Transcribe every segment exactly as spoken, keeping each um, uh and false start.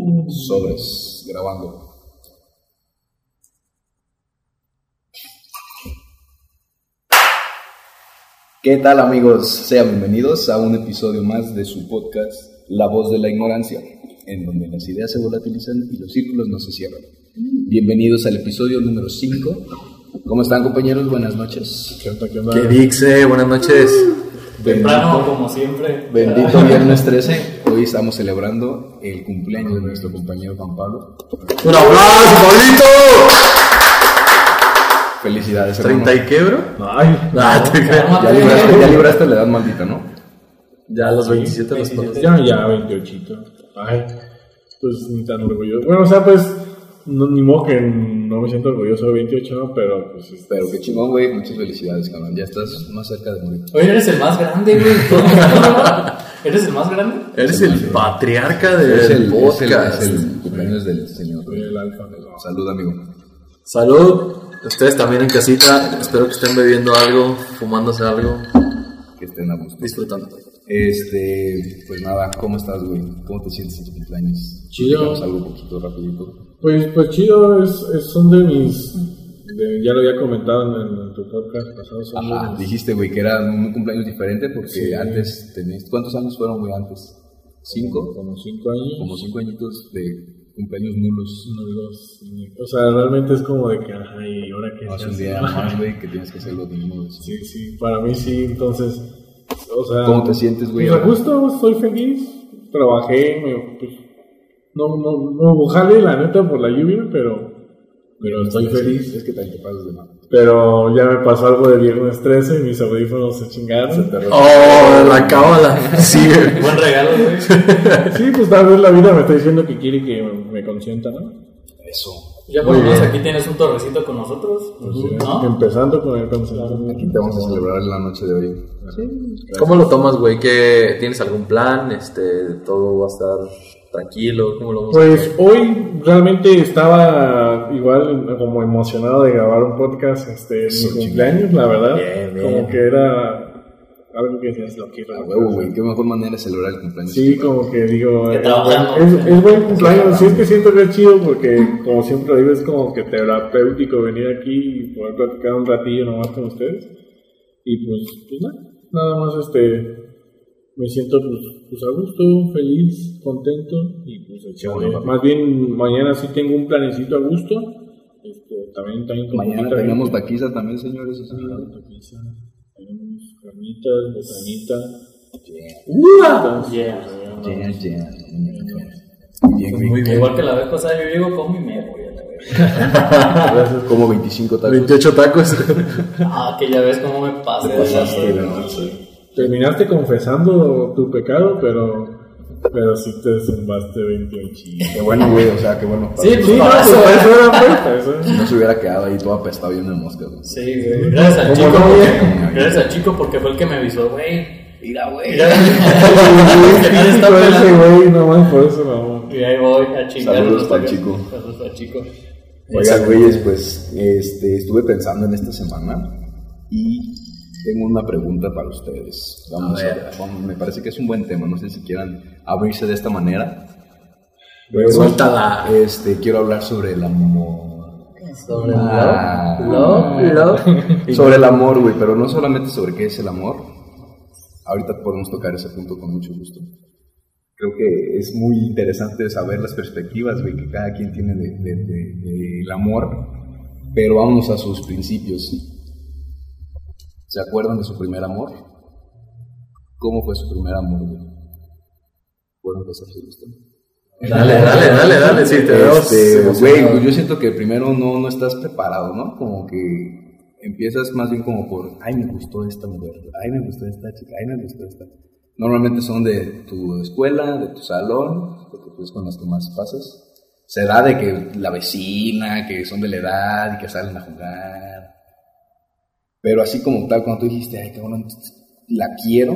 Sobres, grabando. ¿Qué tal, amigos? Sean bienvenidos a un episodio más de su podcast La Voz de la Ignorancia, en donde las ideas se volatilizan y los círculos no se cierran. Bienvenidos al episodio número cinco. ¿Cómo están, compañeros? Buenas noches. ¿Qué onda, qué onda? ¿Qué dice? Buenas noches. Temprano, como siempre. Bendito viernes trece. Hoy estamos celebrando el cumpleaños de nuestro compañero Juan Pablo. ¡Un aplauso, Pablito! Felicidades, hermano. ¿treinta y qué, bro? Ay, Ah, te creo. Ya libraste, ya libraste la edad maldita, ¿no? Ya a los veintisiete los pasas. ya, ya, veintiocho. Ay, pues ni tan orgulloso. Bueno, o sea, pues, no, ni modo que no me siento orgulloso de veintiocho, ¿no? Pero, pues, este, Pero qué chingón, güey. Muchas felicidades, cabrón. Ya estás más cerca de morir. Oye, eres el más grande, güey. ¿Eres el más grande? Eres el patriarca del Es el, es el, podcast. es el cumpleaños del señor. soy el alfa. Salud, amigo. Salud. Ustedes también en casita. Espero que estén bebiendo algo, fumándose algo, Que estén a gusto. disfrutando. Este, pues nada, ¿cómo estás, güey? ¿Cómo te sientes en tu cumpleaños? Chido. Platícanos algo un poquito rapidito. Pues, pues chido, es, es, son de mis, de, ya lo había comentado en, en tu podcast pasado, son Ajá, de mis, dijiste, güey, que era un cumpleaños diferente porque Sí. antes tenías... ¿Cuántos años fueron, güey, antes? ¿Cinco? como cinco años. Como cinco añitos de cumpleaños nulos. No, los, o sea, realmente es como de que, ajá, y ahora que Hace se un hace? día más, güey, que tienes que hacerlo de nuevo. Sí, sí, para mí sí, entonces, o sea... ¿Cómo te sientes, güey? Pues a gusto, estoy feliz, trabajé, me, pues, no, no, no jale la neta por la lluvia, pero, pero estoy feliz. Es que también te pasas de mano. Pero ya me pasó algo de viernes trece y mis audífonos se chingaron. Oh, la cábala. Sí, güey. Buen regalo, güey. Sí, pues tal vez la vida me está diciendo que quiere que me consienta, ¿no? Eso. Ya por lo menos aquí tienes un torrecito con nosotros. Pues, sí, ¿No? empezando con el concepto. Aquí te vamos a celebrar la noche de hoy. ¿Cómo lo tomas, güey? ¿Qué, ¿Tienes algún plan? Este, ¿todo va a estar tranquilo? ¿Cómo lo vamos a Pues hacer? hoy realmente estaba igual como emocionado de grabar un podcast este, en Eso, mi cumpleaños, la verdad. Bien, bien. Como que era algo que decías, lo quiero. A huevo, güey. Qué mejor manera de celebrar el cumpleaños. Sí, como que digo, Que es, trabajando. es, es buen cumpleaños. Sí, es que siento que es chido porque, como siempre digo, es como que terapéutico venir aquí y poder platicar un ratillo nomás con ustedes. Y pues, pues nada, nada más este. Me siento pues, pues a gusto, feliz, contento y pues echarle. Bueno, Más bien mañana sí tengo un planecito a gusto. Este, también también con Mañana poquita tenemos gente. taquiza también, señores. Eso Ah, sí. taquiza, tenemos carnitas, botanita. Yeah. Yeah, yeah. Bien, güey. Muy bien. Igual que la vez pasada, yo llego con mi me voy a la vez. Como veinticinco tacos. veintiocho tacos. Ah, que ya ves cómo me pasa. Te pasaste, güey. güey. Sí. Terminaste confesando tu pecado, pero pero sí te zumbaste veintiocho. Qué bueno, güey. O sea, qué bueno. Sí, pues, Sí, no, para pues eso, eso güey. era pues, para eso. Si no se hubiera quedado ahí todo apestado lleno de moscas, güey. Sí, güey. Gracias al ¿Cómo chico. no, porque- güey? Gracias al chico porque fue el que me avisó, güey. Mira, güey. Mira, que nadie está Por ese pelando. güey, nomás por eso, mamá. Y ahí voy a chingar. Saludos los pa'l tacos. chico. Saludos para el chico. Oigan, güeyes, pues este, estuve pensando en esta semana y tengo una pregunta para ustedes. Vamos a, A ver. ver. vamos, me parece que es un buen tema. No sé si quieran abrirse de esta manera. Pero, Suéltala. Este, quiero hablar sobre el amor. Sobre Ah. love, love, love. Sobre el amor, güey, pero no solamente sobre qué es el amor. Ahorita podemos tocar ese punto con mucho gusto. Creo que es muy interesante saber las perspectivas, güey, que cada quien tiene de, de, de, de el amor. Pero vámonos a sus principios. ¿Se acuerdan de su primer amor? ¿Cómo fue su primer amor, güey? ¿Puedo empezar si gustan? Dale, dale, dale, dale. Sí, te veo. Este, emocionado. güey, pues yo siento que primero no, no estás preparado, ¿no? Como que empiezas más bien como por, ay, me gustó esta mujer, ay, me gustó esta chica, ay, me gustó esta. Normalmente son de tu escuela, de tu salón, porque pues con las que más pasas. Se da de que la vecina, que son de la edad y que salen a jugar. Pero así como tal, cuando tú dijiste, ay, qué bueno, la quiero,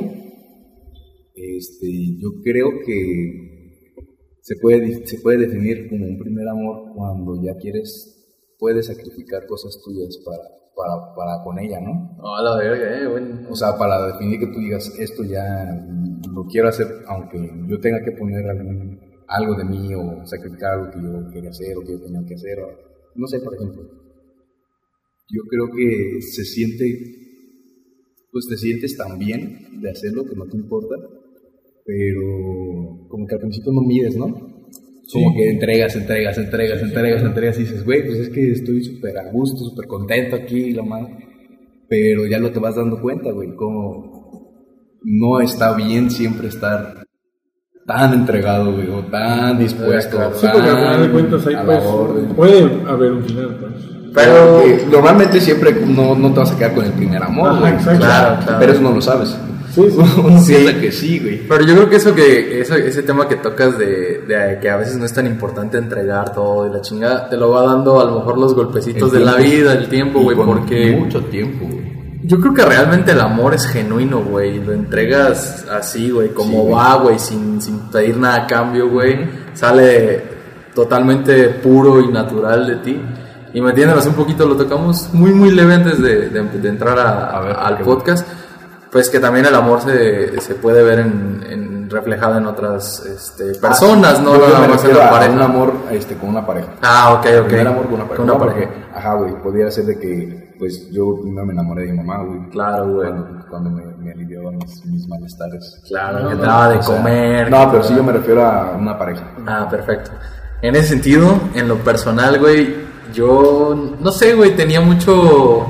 este, yo creo que se puede, se puede definir como un primer amor cuando ya quieres, puedes sacrificar cosas tuyas para, para, para con ella, ¿no? Ah, la verga, eh, bueno. O sea, para definir que tú digas, esto ya lo quiero hacer, aunque yo tenga que poner algún, algo de mí o sacrificar algo que yo quería hacer o que yo tenía que hacer. O, no sé, por ejemplo, yo creo que se siente, pues te sientes tan bien de hacerlo que no te importa, pero como que al principio no mides, ¿no? Como sí. que entregas, entregas, entregas, entregas, entregas y dices, güey, pues es que estoy súper a gusto, súper contento aquí, la madre. Pero ya lo te vas dando cuenta, güey, como no está bien siempre estar tan entregado, güey, o tan dispuesto. Claro, sí, porque al final de cuentas ahí pues, puede haber un final, pues. Pero eh, normalmente siempre no, no te vas a quedar con el primer amor, Ajá, güey. exacto. Claro, claro. Pero eso no lo sabes. Sí, sí. Uno Sí. piensa que sí, güey. Pero yo creo que eso que eso, ese tema que tocas de, de que a veces no es tan importante entregar todo y la chingada, te lo va dando a lo mejor los golpecitos El de la tiempo. vida, el tiempo, Y güey, con porque mucho tiempo, güey. yo creo que realmente el amor es genuino, güey, lo entregas así, güey, como Sí, va, güey, sin, sin pedir nada a cambio, güey, sale totalmente puro y natural de ti. Y metiéndonos un poquito, lo tocamos muy, muy leve antes de, de, de entrar a, A ver, al qué podcast. Pues que también el amor se, se puede ver en, en reflejado en otras este, personas, Ah, no yo nada me más en refiero la a pareja. Un amor este, con una pareja. Ah, ok, ok. Primer amor con una pareja. Con una No, pareja. porque, ajá, güey, podría ser de que, pues, yo primero me enamoré de mi mamá, güey. Claro, güey. Cuando, cuando me, me aliviaban mis, mis malestares. Claro, No, que te no, daba de o sea, comer. No, que pero te sí yo daba- me refiero a una pareja. Ah, perfecto. En ese sentido, en lo personal, güey, yo no sé, güey, tenía mucho...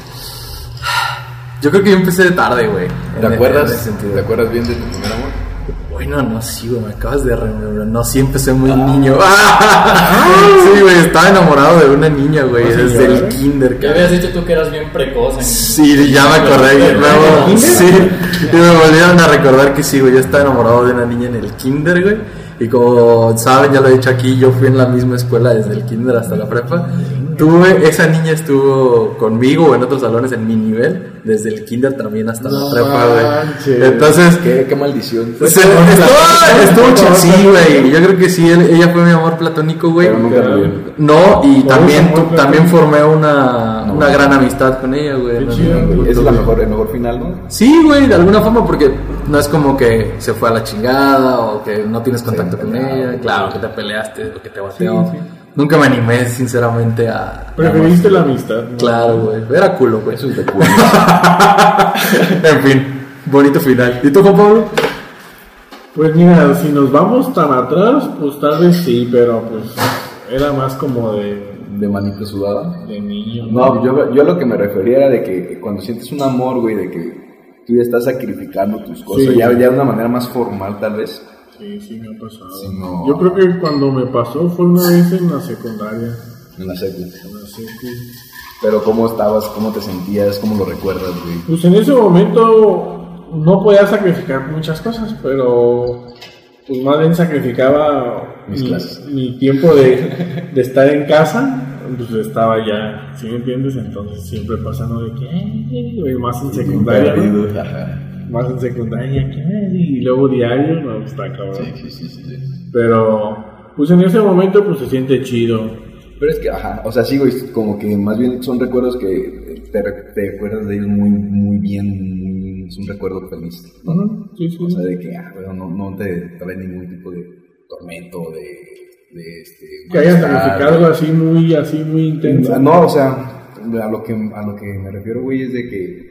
Yo creo que yo empecé tarde, güey. ¿Te en- acuerdas? en ese sentido. ¿Te acuerdas bien de tu primer amor? Bueno, no, sí, güey, me acabas de remembrar. No, sí empecé muy niño. Sí, güey, estaba enamorado de una niña, güey, ¿Ah, sí, desde ya? el kinder, Ya cabrón. habías dicho tú que eras bien precoz. En... Sí, ya me acordé. Y ¿En luego, el sí, y me volvieron a recordar que sí, güey, yo estaba enamorado de una niña en el kinder, güey. Y como saben, ya lo he dicho aquí, yo fui en la misma escuela desde el kinder hasta la prepa. Tuve, esa niña estuvo conmigo o en otros salones en mi nivel, desde el kinder también hasta No la prepa, güey. manches. Entonces, Qué, qué maldición. se- estuvo, estuvo chido, sí, güey. Yo creo que sí, él- ella fue mi amor platónico, güey. Pero nunca tuvieron. No, y Por también, eso, amor tu- también platónico. formé una, No, una no. gran amistad con ella, güey. Qué No, chido, no, güey. no, Ese es no, la güey. mejor, el mejor final, ¿no? Sí, güey, de alguna forma, porque no es como que se fue a la chingada o que no tienes contacto Sí, con peleado. ella. Claro, que te peleaste o que te bateó. Sí, sí. Nunca me animé, sinceramente, a. Preferiste la amistad, ¿no? Claro, güey. Era culo, güey. Eso es de culo. En fin, bonito final. ¿Y tú, Juan Pablo? Pues mira, si nos vamos tan atrás, pues tal vez sí, pero pues era más como de, De manito sudada. de niño. No, yo, yo lo que me refería era de que cuando sientes un amor, güey, de que tú ya estás sacrificando tus cosas, Sí. ya, ya de una manera más formal, tal vez. Sí, sí me ha pasado. Sí, no. Yo creo que cuando me pasó fue una vez en la secundaria. En la secu. En la secu. Pero ¿cómo estabas? ¿Cómo te sentías? ¿Cómo lo recuerdas, güey? Pues en ese momento no podía sacrificar muchas cosas, pero pues más bien sacrificaba Mis mi, clases. mi tiempo de, de estar en casa, pues estaba ya, ¿sí me entiendes? Entonces siempre pasando de que, "Ay, güey", más en secundaria, ¿no? Perdido, ajá. Más en secundaria, ¿qué? Y luego diario, no, pues, está cabrón. Sí, sí, sí, sí, sí. Pero, pues en ese momento, pues se siente chido. Pero es que, ajá, o sea, sí, güey, como que más bien son recuerdos que te, re- te recuerdas de ellos muy, muy bien, muy, es un recuerdo feliz, ¿no? Ujú, sí, sí. O sea, de que, ah, güey, no, no te trae ningún tipo de tormento, de, de este... Que hayas malestar. sacrificado algo así muy, así muy intenso. No, o sea, a lo que, a lo que me refiero, güey, es de que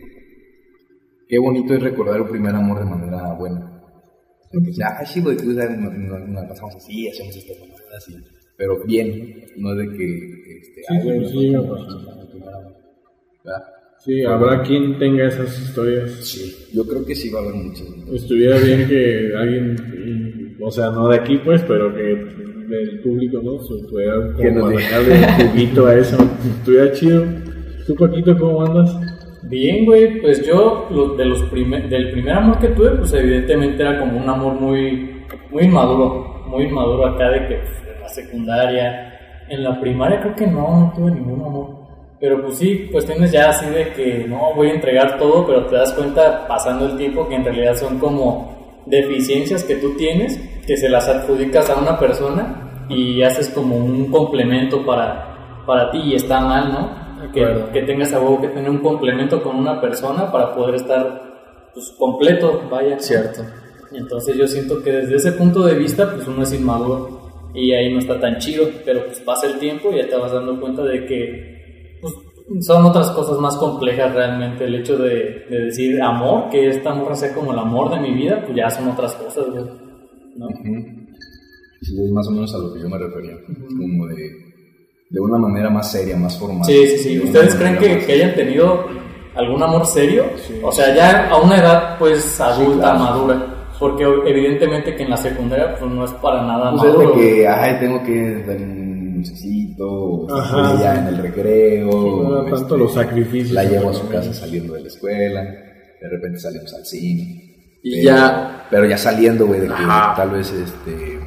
qué bonito es recordar el primer amor de manera buena. De que sea, ay, sí, güey, tú sabes, nos, nos, nos la pasamos así, hacemos esta mamada así. Pero bien, no de que, este, Sí, ay, güey, sí, nos sí, pasamos sí. chingando el primer amor. ¿Verdad? Sí, habrá quien tenga esas historias. Sí, yo creo que sí va a haber muchos. Estuviera bien que alguien, y- o sea, no de aquí pues, pero que del público, ¿no? Se pudiera Que nos como diga. sacarle un juguito a eso. Estuviera chido. ¿Tú, Paquito, cómo andas? Bien, güey, pues yo lo- de los primer, del primer amor que tuve, pues evidentemente era como un amor muy, muy inmaduro, muy inmaduro acá de que pues, en la secundaria, en la primaria creo que no, no tuve ningún amor, pero pues sí, cuestiones ya así de que no, voy a entregar todo, pero te das cuenta pasando el tiempo que en realidad son como deficiencias que tú tienes, que se las adjudicas a una persona y haces como un complemento para, para ti y está mal, ¿no? Que, que tengas a huevo que tener un complemento con una persona para poder estar pues, completo, vaya. Cierto. Entonces yo siento que desde ese punto de vista, pues uno es inmaduro y ahí no está tan chido, pero pues pasa el tiempo y ya te vas dando cuenta de que pues, son otras cosas más complejas realmente. El hecho de, de decir amor, que esta morra sea como el amor de mi vida, pues ya son otras cosas, güey, ¿no? Uh-huh. Sí, es más o menos a lo que yo me refería, uh-huh. como de, de una manera más seria, más formal. Sí, sí, sí. ¿Ustedes creen que, que hayan tenido algún amor serio? Sí. O sea, ya a una edad pues adulta, sí, claro, madura. Porque evidentemente que en la secundaria pues no es para nada pues maduro. Pues es de que, ay, tengo que dar un necesito, ya en el recreo. No, este, tanto los sacrificios. La llevo a su casa saliendo de la escuela, de repente salimos al cine. Y pero, ya... Pero ya saliendo, güey, de que ajá. tal vez, este...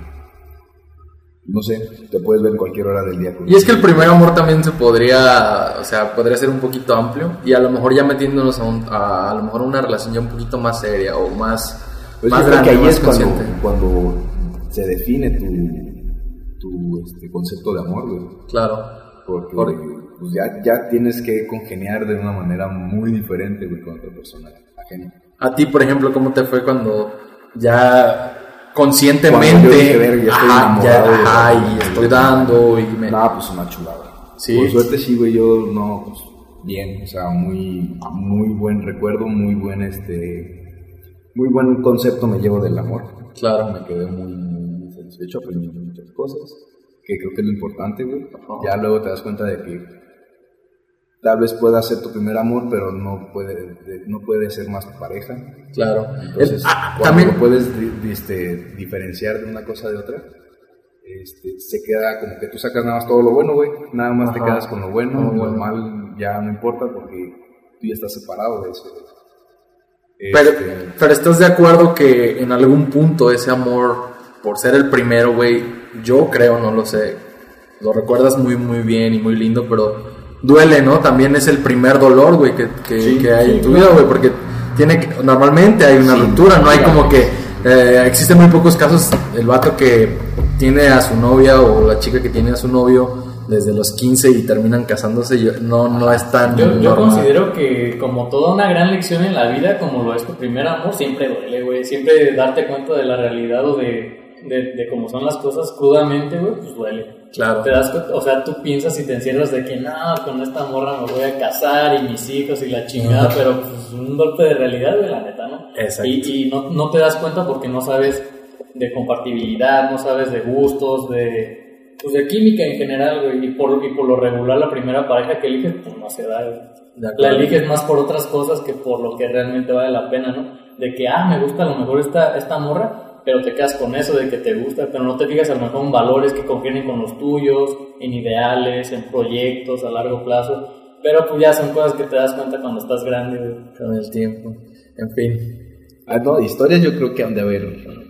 no sé, te puedes ver en cualquier hora del día. Y es que el primer amor también se podría, o sea, podría ser un poquito amplio y a lo mejor ya metiéndonos a, un, a, a lo mejor una relación ya un poquito más seria o más, pues más grande, que ahí es cuando, cuando se define tu, tu este, concepto de amor, güey. Claro. Porque pues ya, ya tienes que congeniar de una manera muy diferente, güey, con otra persona ajena. A ti, por ejemplo, ¿cómo te fue cuando ya... conscientemente ver, ya estoy ajá, ya, ajá, y estoy dando y me... nada, pues una chulada. ¿Sí? Por suerte sí, güey, yo no, pues bien, o sea, muy, muy buen recuerdo, muy buen este, muy buen concepto me llevo del amor. Claro. Me quedé muy, muy satisfecho, aprendí muchas cosas, que creo que es lo importante, güey. Ya luego te das cuenta de que tal vez pueda ser tu primer amor, pero no puede, no puede ser más tu pareja. Claro. Entonces, ah, cuando también lo puedes este, diferenciar de una cosa de otra, este, se queda como que tú sacas nada más todo lo bueno, güey. Nada más ajá. te quedas con lo bueno, lo bueno. mal ya no importa porque tú ya estás separado de eso. Este, pero, pero estás de acuerdo que en algún punto ese amor, por ser el primero, güey, yo creo, no lo sé, lo recuerdas muy, muy bien y muy lindo, pero... duele, ¿no? También es el primer dolor, güey, que, que, sí, que hay sí, en tu claro. vida, güey, porque tiene que, normalmente hay una sí, ruptura, no hay claro. como que, eh, existen muy pocos casos, el vato que tiene a su novia o la chica que tiene a su novio desde los quince y terminan casándose, yo, no, no es tan yo, normal. Yo considero que como toda una gran lección en la vida, como lo es tu primer amor, siempre duele, güey, siempre darte cuenta de la realidad o de, de, de cómo son las cosas crudamente, güey, pues duele. Claro. Te das, o sea, tú piensas y te encierras de que no, con esta morra me voy a casar y mis hijos y la chingada, uh-huh. pero pues un golpe de realidad, güey, la neta, ¿no? Exacto. Y, y no, no te das cuenta porque no sabes de compatibilidad, no sabes de gustos, de, pues de química en general, güey, y por, y por lo regular la primera pareja que eliges, pues no se da, güey. La eliges más por otras cosas que por lo que realmente vale la pena, ¿no? De que, ah, me gusta a lo mejor esta, esta morra, pero te quedas con eso de que te gusta, pero no te fijas a lo mejor en valores que confieren con los tuyos, en ideales, en proyectos a largo plazo, pero pues ya son cosas que te das cuenta cuando estás grande, güey. Con el tiempo, en fin. Ah, no, historias yo creo que han de haber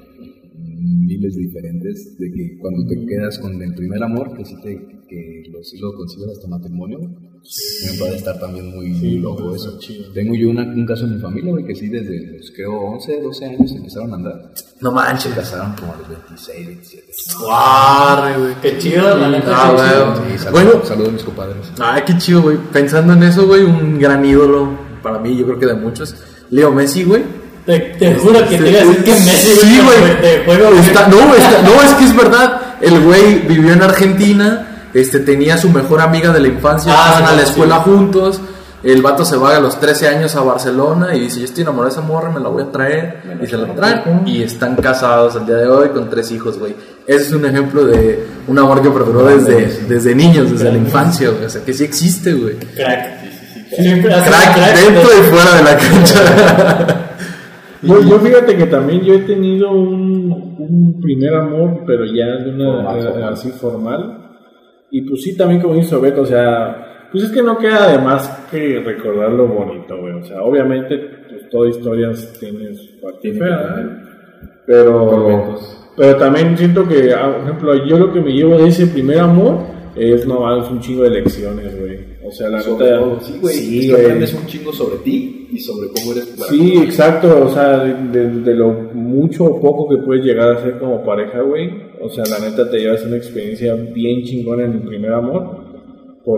miles diferentes, de que cuando te quedas con el primer amor, que sí, te, que lo, sí lo consigues hasta matrimonio, sí. me puede estar también muy, sí, muy loco eso. Chido. Tengo yo una, un caso en mi familia, güey, que sí desde los creo once, doce años empezaron a andar. No manches. Se casaron como a los veintiséis, veintisiete. ¡Guau, güey! ¡Qué chido! La neta, ah, güey. Sí, saludos, bueno, saludos a mis compadres. Ay, qué chido, güey. Pensando en eso, güey, un gran ídolo para mí, yo creo que de muchos, Leo Messi, güey. Te, te juro que te iba a decir que Messi, sí, güey. Te juego, está, no, está, no, es que es verdad. El güey vivió en Argentina, este, tenía a su mejor amiga de la infancia, ah, estaban sí, a la escuela sí. juntos. El vato se va a los trece años a Barcelona y dice, yo estoy enamorado de esa morra, me la voy a traer. Y se la trae. Y están casados al día de hoy con tres hijos, güey. Ese es un ejemplo de un amor que perduró desde, desde niños, desde la infancia, güey. O sea, que sí existe, güey. Crack. Siempre crack, crack dentro y fuera de la cancha. Yo, yo fíjate que también yo he tenido un, un primer amor, pero ya de una formal, formal. así formal. Y pues sí, también como dice Beto, o sea, pues es que no queda de más que recordar lo bonito, güey. O sea, obviamente, pues toda historia tiene su parte fea, ¿eh? Pero, pero también siento que, por ejemplo, yo lo que me llevo de ese primer amor es, no, es un chingo de lecciones, güey. O sea, la sobre neta, todo, sí, güey. Sí, es que aprendes un chingo sobre ti y sobre cómo eres. Sí, exacto. O sea, de, de, de lo mucho o poco que puedes llegar a ser como pareja, güey. O sea, la neta te llevas una experiencia bien chingona en el primer amor.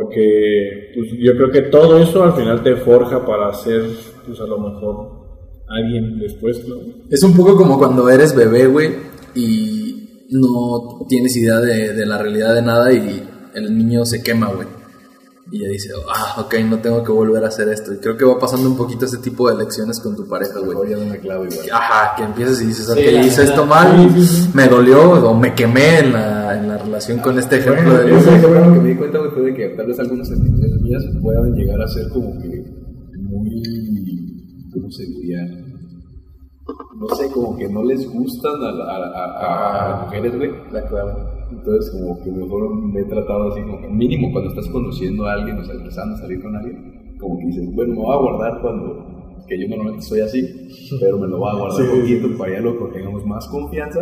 Porque, pues, yo creo que todo eso al final te forja para ser, pues, a lo mejor alguien después, ¿no? Es un poco como cuando eres bebé, güey, y no tienes idea de, de la realidad de nada y el niño se quema, güey. Y ya dice, ah, ok, no tengo que volver a hacer esto. Y creo que va pasando un poquito ese tipo de lecciones con tu pareja, güey. Ya no me clavo igual. Ajá, que empiezas y dices, ok, Sí, hice esto mal, me dolió o me quemé en la, en la relación con este ejemplo. Bueno, de eso es lo que me di cuenta, güey, fue de que tal vez algunas actitudes mías puedan llegar a ser como que muy, ¿cómo se diría? No sé, como que no les gustan a, a, a, a, a las mujeres, güey. De acuerdo. Entonces, como que mejor me he tratado así, como que mínimo cuando estás conociendo a alguien, o sea, empezando a salir con alguien, como que dices, bueno, me voy a guardar cuando, que yo normalmente soy así, pero me lo voy a guardar un sí, poquito sí. para ya luego tengamos más confianza.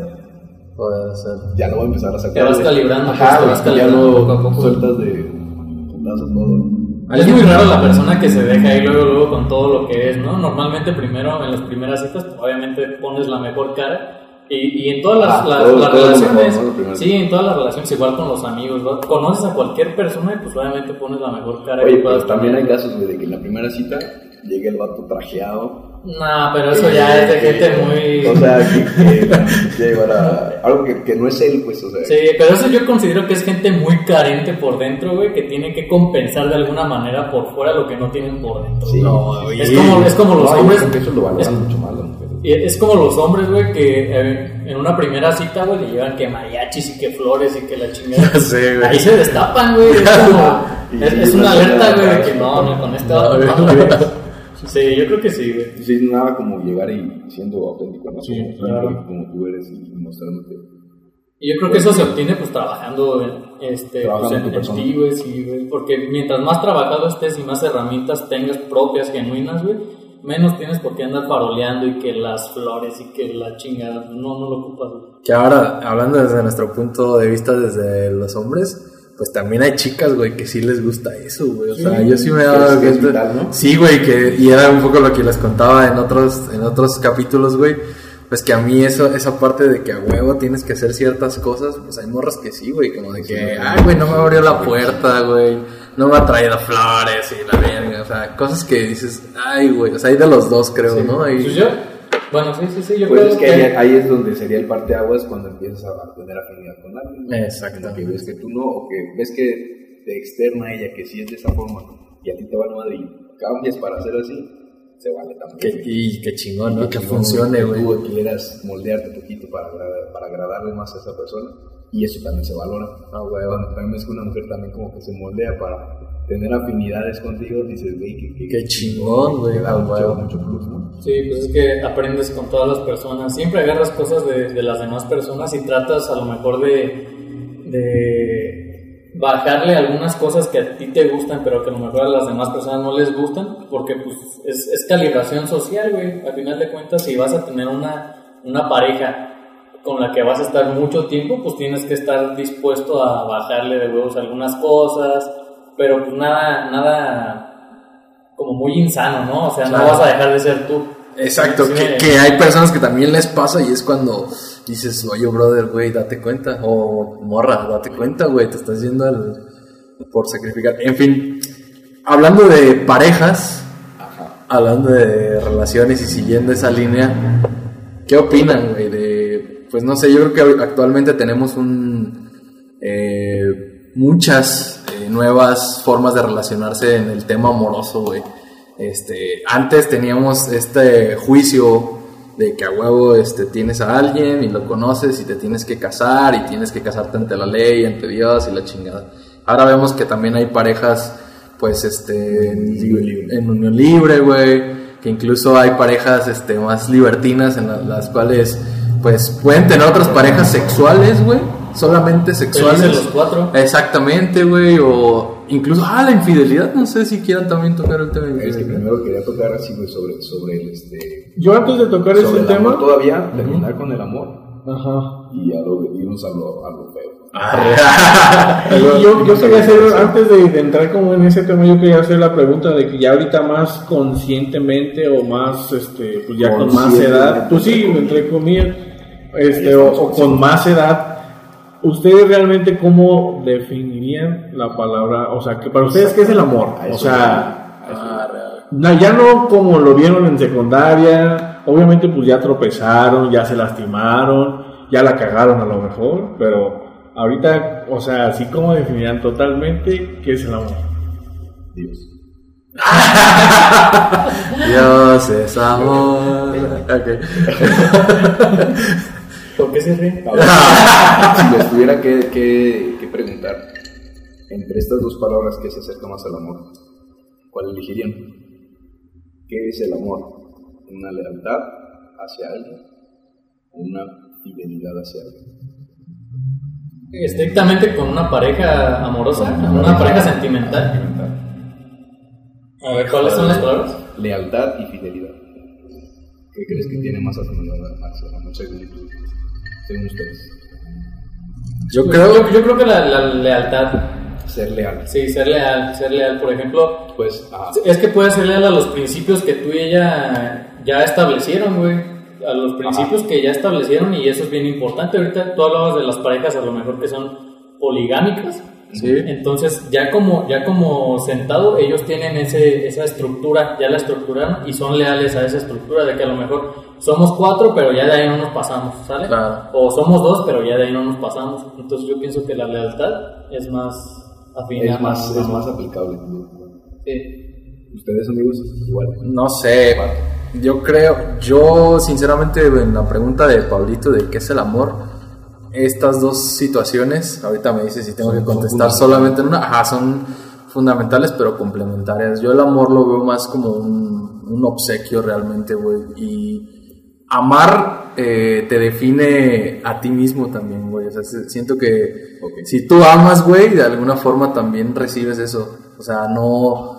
Puede ser. Ya lo voy a empezar a sacar. Te vas calibrando. Ajá, te vas calibrando poco a poco. Sueltas de puntazo todo. Es muy raro la persona que se deja ahí luego, luego con todo lo que es, ¿no? Normalmente primero, en las primeras citas, obviamente pones la mejor cara. Y, y en todas las, ah, las, todo, las todo relaciones, mejor, ¿no? Sí, en todas las relaciones, igual con los amigos, ¿no? Conoces a cualquier persona y pues obviamente pones la mejor cara. Oye, pero también hay casos, güey, de que en la primera cita llegue el vato trajeado. No, pero eso eh, ya es de gente muy... O sea, que, que lleva algo que, que no es él, pues, o sea... Sí, pero eso yo considero que es gente muy carente por dentro, güey, que tiene que compensar de alguna manera por fuera lo que no tienen por dentro. Sí, no, sí. Es, como, es como los no, hombres... Eso lo valoran es, mucho más las mujeres. Es como los hombres, güey, que eh, en una primera cita, güey, le llevan que mariachis y que flores y que la chingada. Sí, güey. Ahí se destapan, güey. Es, como, es, es una alerta, güey, de que no, no, con este vato no, güey. Sí, yo creo que sí, güey. Sí, nada como llegar y siendo auténtico, ¿no? Sí, como, claro. como tú eres y mostrándote. Y yo creo que eso se obtiene, pues, trabajando en, este, trabajando pues, en, en ti, güey, sí, güey. Porque mientras más trabajado estés y más herramientas tengas propias, genuinas, güey, menos tienes por qué andar faroleando y que las flores y que la chingada, no, no lo ocupas, güey. Que ahora, hablando desde nuestro punto de vista, desde los hombres, pues también hay chicas, güey, que sí les gusta eso, güey. O sí, sea, yo sí me he dado cuenta. Vital, ¿no? Sí, güey, que, y era un poco lo que les contaba en otros, en otros capítulos, güey. Pues que a mí eso, esa parte de que a huevo tienes que hacer ciertas cosas, pues hay morras que sí, güey, como de que, ay, güey, no me abrió la puerta, güey, no me ha traído flores y la verga, o sea, cosas que dices, ay, güey, o sea, hay de los dos, creo, sí. ¿no? Y, pues yo, bueno, sí, sí, sí, yo pues creo es que, que... Ahí, ahí es donde sería el parteaguas cuando empiezas a tener afinidad con alguien. Exacto. Que ves que tú no, o que ves que te externa a ella que sí es de esa forma y a ti te va la madre y cambias para hacer así, se vale también. Que, y qué chingón, ¿no? Que, que funcione, güey. Tú quieras moldearte un poquito para, para agradarle más a esa persona y eso también se valora. Ah, güey. Cuando también ves que una mujer también como que se moldea para tener afinidades contigo, dices, güey, que, que, qué chingón, güey. Da mucho, mucho plus, ¿no? Sí, pues es que aprendes con todas las personas. Siempre agarras cosas de, de las demás personas y tratas a lo mejor de, de bajarle algunas cosas que a ti te gustan, pero que a lo mejor a las demás personas no les gustan, porque pues es, es calibración social, güey. Al final de cuentas, si vas a tener una, una pareja con la que vas a estar mucho tiempo, pues tienes que estar dispuesto a bajarle de huevos algunas cosas, pero pues nada, nada como muy insano, ¿no? O sea, claro. No vas a dejar de ser tú. Exacto, sí, que, me... que hay personas que también les pasa y es cuando dices, oye, brother, güey, date cuenta, o morra, date cuenta, güey, te estás yendo al... por sacrificar. En fin, hablando de parejas, Ajá. hablando de relaciones y siguiendo esa línea, ¿qué opinan, güey? De, pues no sé, yo creo que actualmente tenemos un... Eh, muchas eh, nuevas formas de relacionarse en el tema amoroso, güey. Este, antes teníamos este juicio de que a huevo este, tienes a alguien y lo conoces y te tienes que casar y tienes que casarte ante la ley, ante Dios y la chingada. Ahora vemos que también hay parejas, pues, este, en, libre. en unión libre, güey, que incluso hay parejas este, más libertinas en la, las cuales, pues, pueden tener otras parejas sexuales, güey. Solamente sexuales. Los cuatro. Exactamente, güey. O incluso, ah, la infidelidad. No sé si quieran también tocar el tema de infidelidad. Es que primero quería tocar así, güey, sobre, sobre el este. Yo antes de tocar ese el tema. Todavía, terminar uh-huh. con el amor. Ajá. Y a lo, irnos a lo, a lo feo. Ah. yo, yo quería hacer, antes de, de entrar como en ese tema, yo quería hacer la pregunta de que ya ahorita más conscientemente o más, este, pues ya con más edad. Pues sí, entre comillas, este, o, o con más edad. ¿Ustedes realmente cómo definirían la palabra? O sea, que para ustedes, ¿qué es el amor? O sea, ah, ya no como lo vieron en secundaria, obviamente pues ya tropezaron, ya se lastimaron, ya la cagaron a lo mejor, pero ahorita, o sea, así como definirían totalmente qué es el amor. Dios. Dios es amor. Okay. ¿Por qué se ríen? Si les tuviera que, que, que preguntar entre estas dos palabras que se acerca más al amor, ¿cuál elegirían? ¿Qué es el amor? ¿Una lealtad hacia alguien o una fidelidad hacia alguien? Estrictamente con una pareja amorosa, Con una una, pareja pareja sentimental. sentimental. A ver, ¿cuáles son las palabras? Lealtad y fidelidad. ¿Qué crees que tiene más afinidad hacia el amor según, según ustedes? Yo Pues creo. yo, yo creo que la, la lealtad. Ser leal. Sí, ser leal, ser leal, por ejemplo. Pues, ah, Es que puedes ser leal a los principios que tú y ella ya establecieron, güey. A los principios que ya establecieron, y eso es bien importante. Ahorita tú hablabas de las parejas a lo mejor que son poligámicas. Sí. Entonces, ya como, ya como sentado, ellos tienen ese, esa estructura, ya la estructuraron y son leales a esa estructura de que a lo mejor somos cuatro, pero ya de ahí no nos pasamos, ¿sale? Claro. O somos dos, pero ya de ahí no nos pasamos. Entonces, yo pienso que la lealtad es más afín. es, más, es más aplicable. Sí. ¿Ustedes, amigos? Igual. No sé. Yo creo. Yo, sinceramente, en la pregunta de Pablito de qué es el amor, estas dos situaciones, ahorita me dice si tengo Son- que son contestar fundamentales. solamente en una, ajá, son fundamentales pero complementarias. Yo el amor lo veo más como un, un obsequio realmente, güey, y amar eh, te define a ti mismo también, güey, o sea, se- siento que Ok. si tú amas, güey, de alguna forma también recibes eso, o sea, no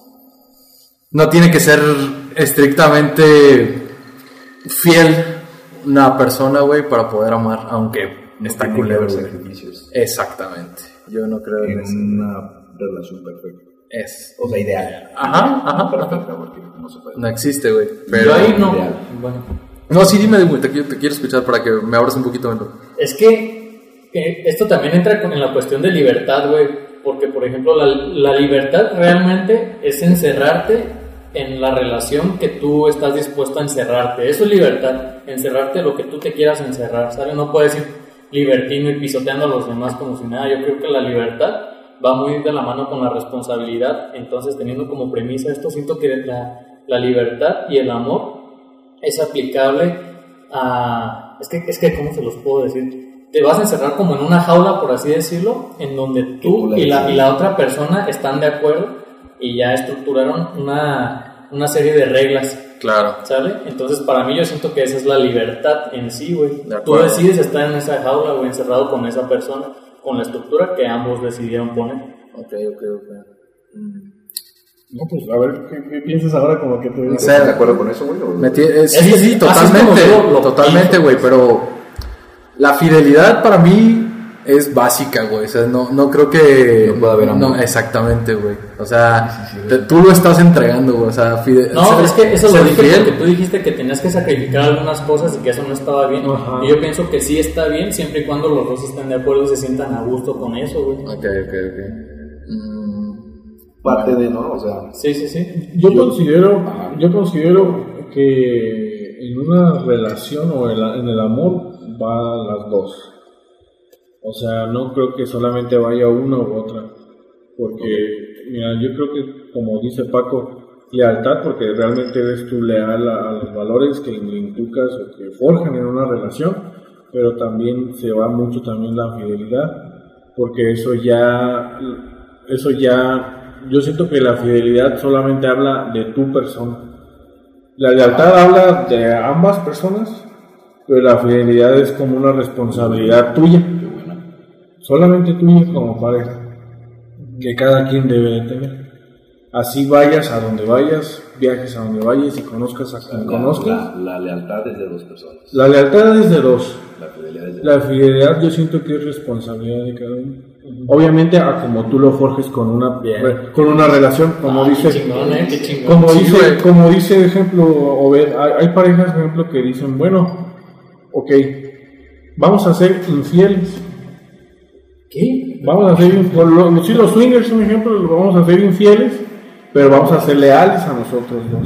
no tiene que ser estrictamente fiel una persona, güey, para poder amar, aunque No está tiene que culero, haber güey. sacrificios Exactamente. Yo no creo en en eso. una relación perfecta. Es. O sea, ideal. Ajá, ajá. Perfecta, porque no se puede. No existe, güey. Yo Pero ahí no. ideal. Bueno. no, sí, dime, güey, te, quiero- te quiero escuchar para que me abras un poquito menos. Es que eh, esto también entra con- en la cuestión de libertad, güey. Porque, por ejemplo, la, la libertad realmente es encerrarte en la relación que tú estás dispuesto a encerrarte. Eso es libertad, encerrarte lo que tú te quieras encerrar, ¿sabes? No puedes ir libertino y pisoteando a los demás como si nada. Yo creo que la libertad va muy de la mano con la responsabilidad. Entonces, teniendo como premisa esto, siento que la, la libertad y el amor es aplicable a... Es que, es que, ¿cómo se los puedo decir? Te vas a encerrar como en una jaula, por así decirlo, en donde tú y la, y la otra persona están de acuerdo y ya estructuraron una, una serie de reglas, Claro. ¿sale? Entonces, para mí yo siento que esa es la libertad en sí, güey. De Tú acuerdo. decides estar en esa jaula, güey, encerrado con esa persona, con la estructura que ambos decidieron poner. Ok, ok, ok. No, pues a ver, ¿qué, qué piensas ahora como que te No sé. ¿Estás de acuerdo con eso, güey? o- Me ti- eh, sí, Es que sí, así es totalmente. como yo lo Totalmente, pienso. güey, pero la fidelidad para mí es básica, güey. O sea, no, no creo que. No puede haber amor. No, exactamente, güey. O sea, te- tú lo estás entregando, güey. O sea, fide- No, ser- es que eso ser lo dije fiel. porque tú dijiste que tenías que sacrificar algunas cosas y que eso no estaba bien. Ajá. Y yo pienso que sí está bien siempre y cuando los dos estén de acuerdo y se sientan a gusto con eso, güey. Ok, ok, ok. Mm, Parte de, ¿no? O sea, Sí, sí, sí. Yo, Yo- considero, Ajá. yo considero que en una relación o en, la- en el amor van las dos. O sea, no creo que solamente vaya una u otra. Porque, mira, yo creo que, como dice Paco, lealtad, porque realmente eres tú leal a, a los valores que le inculcas o que forjan en una relación, pero también se va mucho también la fidelidad, porque eso ya, eso ya, yo siento que la fidelidad solamente habla de tu persona. La lealtad habla de ambas personas, pero la fidelidad es como una responsabilidad tuya, solamente tuya como pareja, que cada quien debe de tener. Así vayas a donde vayas, viajes a donde vayas y conozcas a quien la, conozcas. la, la lealtad es de dos personas. La lealtad es de dos. La fidelidad es de La fidelidad yo siento que es responsabilidad de cada uno. Obviamente a como tú lo forjes con una con una relación, como Ah, dice qué chingón, eh, qué chingón. como Sí, dice, güey. como dice ejemplo Obed, hay, hay parejas ejemplo que dicen, bueno, ok, vamos a ser infieles. ¿Qué? Vamos a ser infieles. Si los swingers, un ejemplo, vamos a ser infieles, pero vamos a ser leales a nosotros dos.